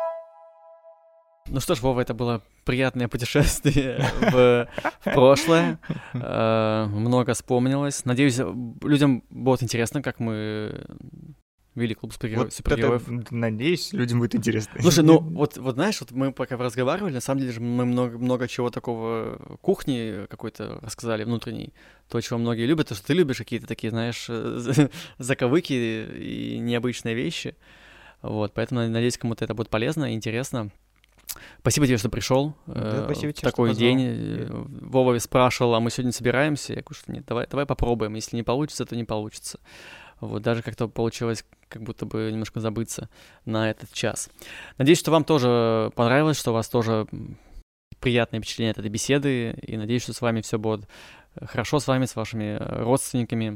Ну что ж, Вова, это было приятное путешествие в, в прошлое. Э, много вспомнилось. Надеюсь, людям будет интересно, как мы вели клуб супергероев. Вот супергероев. Это, надеюсь, людям будет интересно. Слушай, ну вот, вот знаешь, вот мы пока разговаривали, на самом деле мы много, много чего такого кухни какой-то рассказали внутренней. То, чего многие любят, то, что ты любишь какие-то такие, знаешь, заковыки и необычные вещи. Вот, поэтому надеюсь, кому-то это будет полезно и интересно. Спасибо тебе, что пришел. Да, спасибо в тебе, такой что позвал. день. Вова спрашивал, а мы сегодня собираемся? Я говорю, что нет, давай, давай попробуем. Если не получится, то не получится. Вот, даже как-то получилось как будто бы немножко забыться на этот час. Надеюсь, что вам тоже понравилось, что у вас тоже приятное впечатление от этой беседы, и надеюсь, что с вами все будет хорошо, с вами, с вашими родственниками.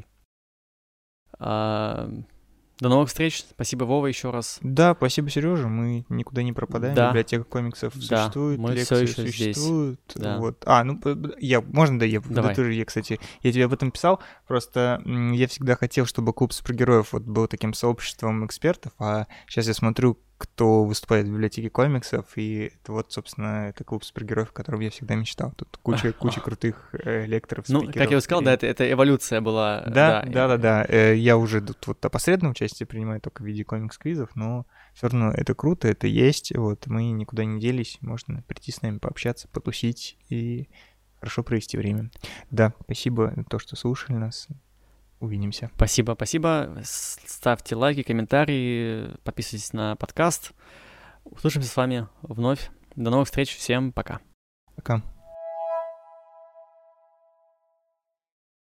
А, До новых встреч. Спасибо, Вова, еще раз. Да, спасибо, Сережа. Мы никуда не пропадаем. Да. Библиотека комиксов Да, существует, мы лекции всё еще существуют. здесь. Да. Вот. А, ну я, можно, да, я Давай. тоже, я, кстати, я тебе об этом писал. Просто м, я всегда хотел, чтобы клуб супергероев вот был таким сообществом экспертов, а сейчас я смотрю, кто выступает в библиотеке комиксов, и это вот, собственно, это клуб супергероев, о котором я всегда мечтал. Тут куча, куча крутых э, лекторов, Ну, спикеров. как я уже сказал, и... да, это, это эволюция была. Да, Да, да, да, да. Э, Я уже тут вот опосредованное участие принимаю только в виде комикс-квизов, но все равно это круто, это есть. Вот мы никуда не делись, можно прийти с нами пообщаться, потусить и хорошо провести время. Да, спасибо за то, что слушали нас. Увидимся. Спасибо, спасибо. С- Ставьте лайки, комментарии, подписывайтесь на подкаст. Услышимся с вами вновь. До новых встреч. Всем пока. Пока.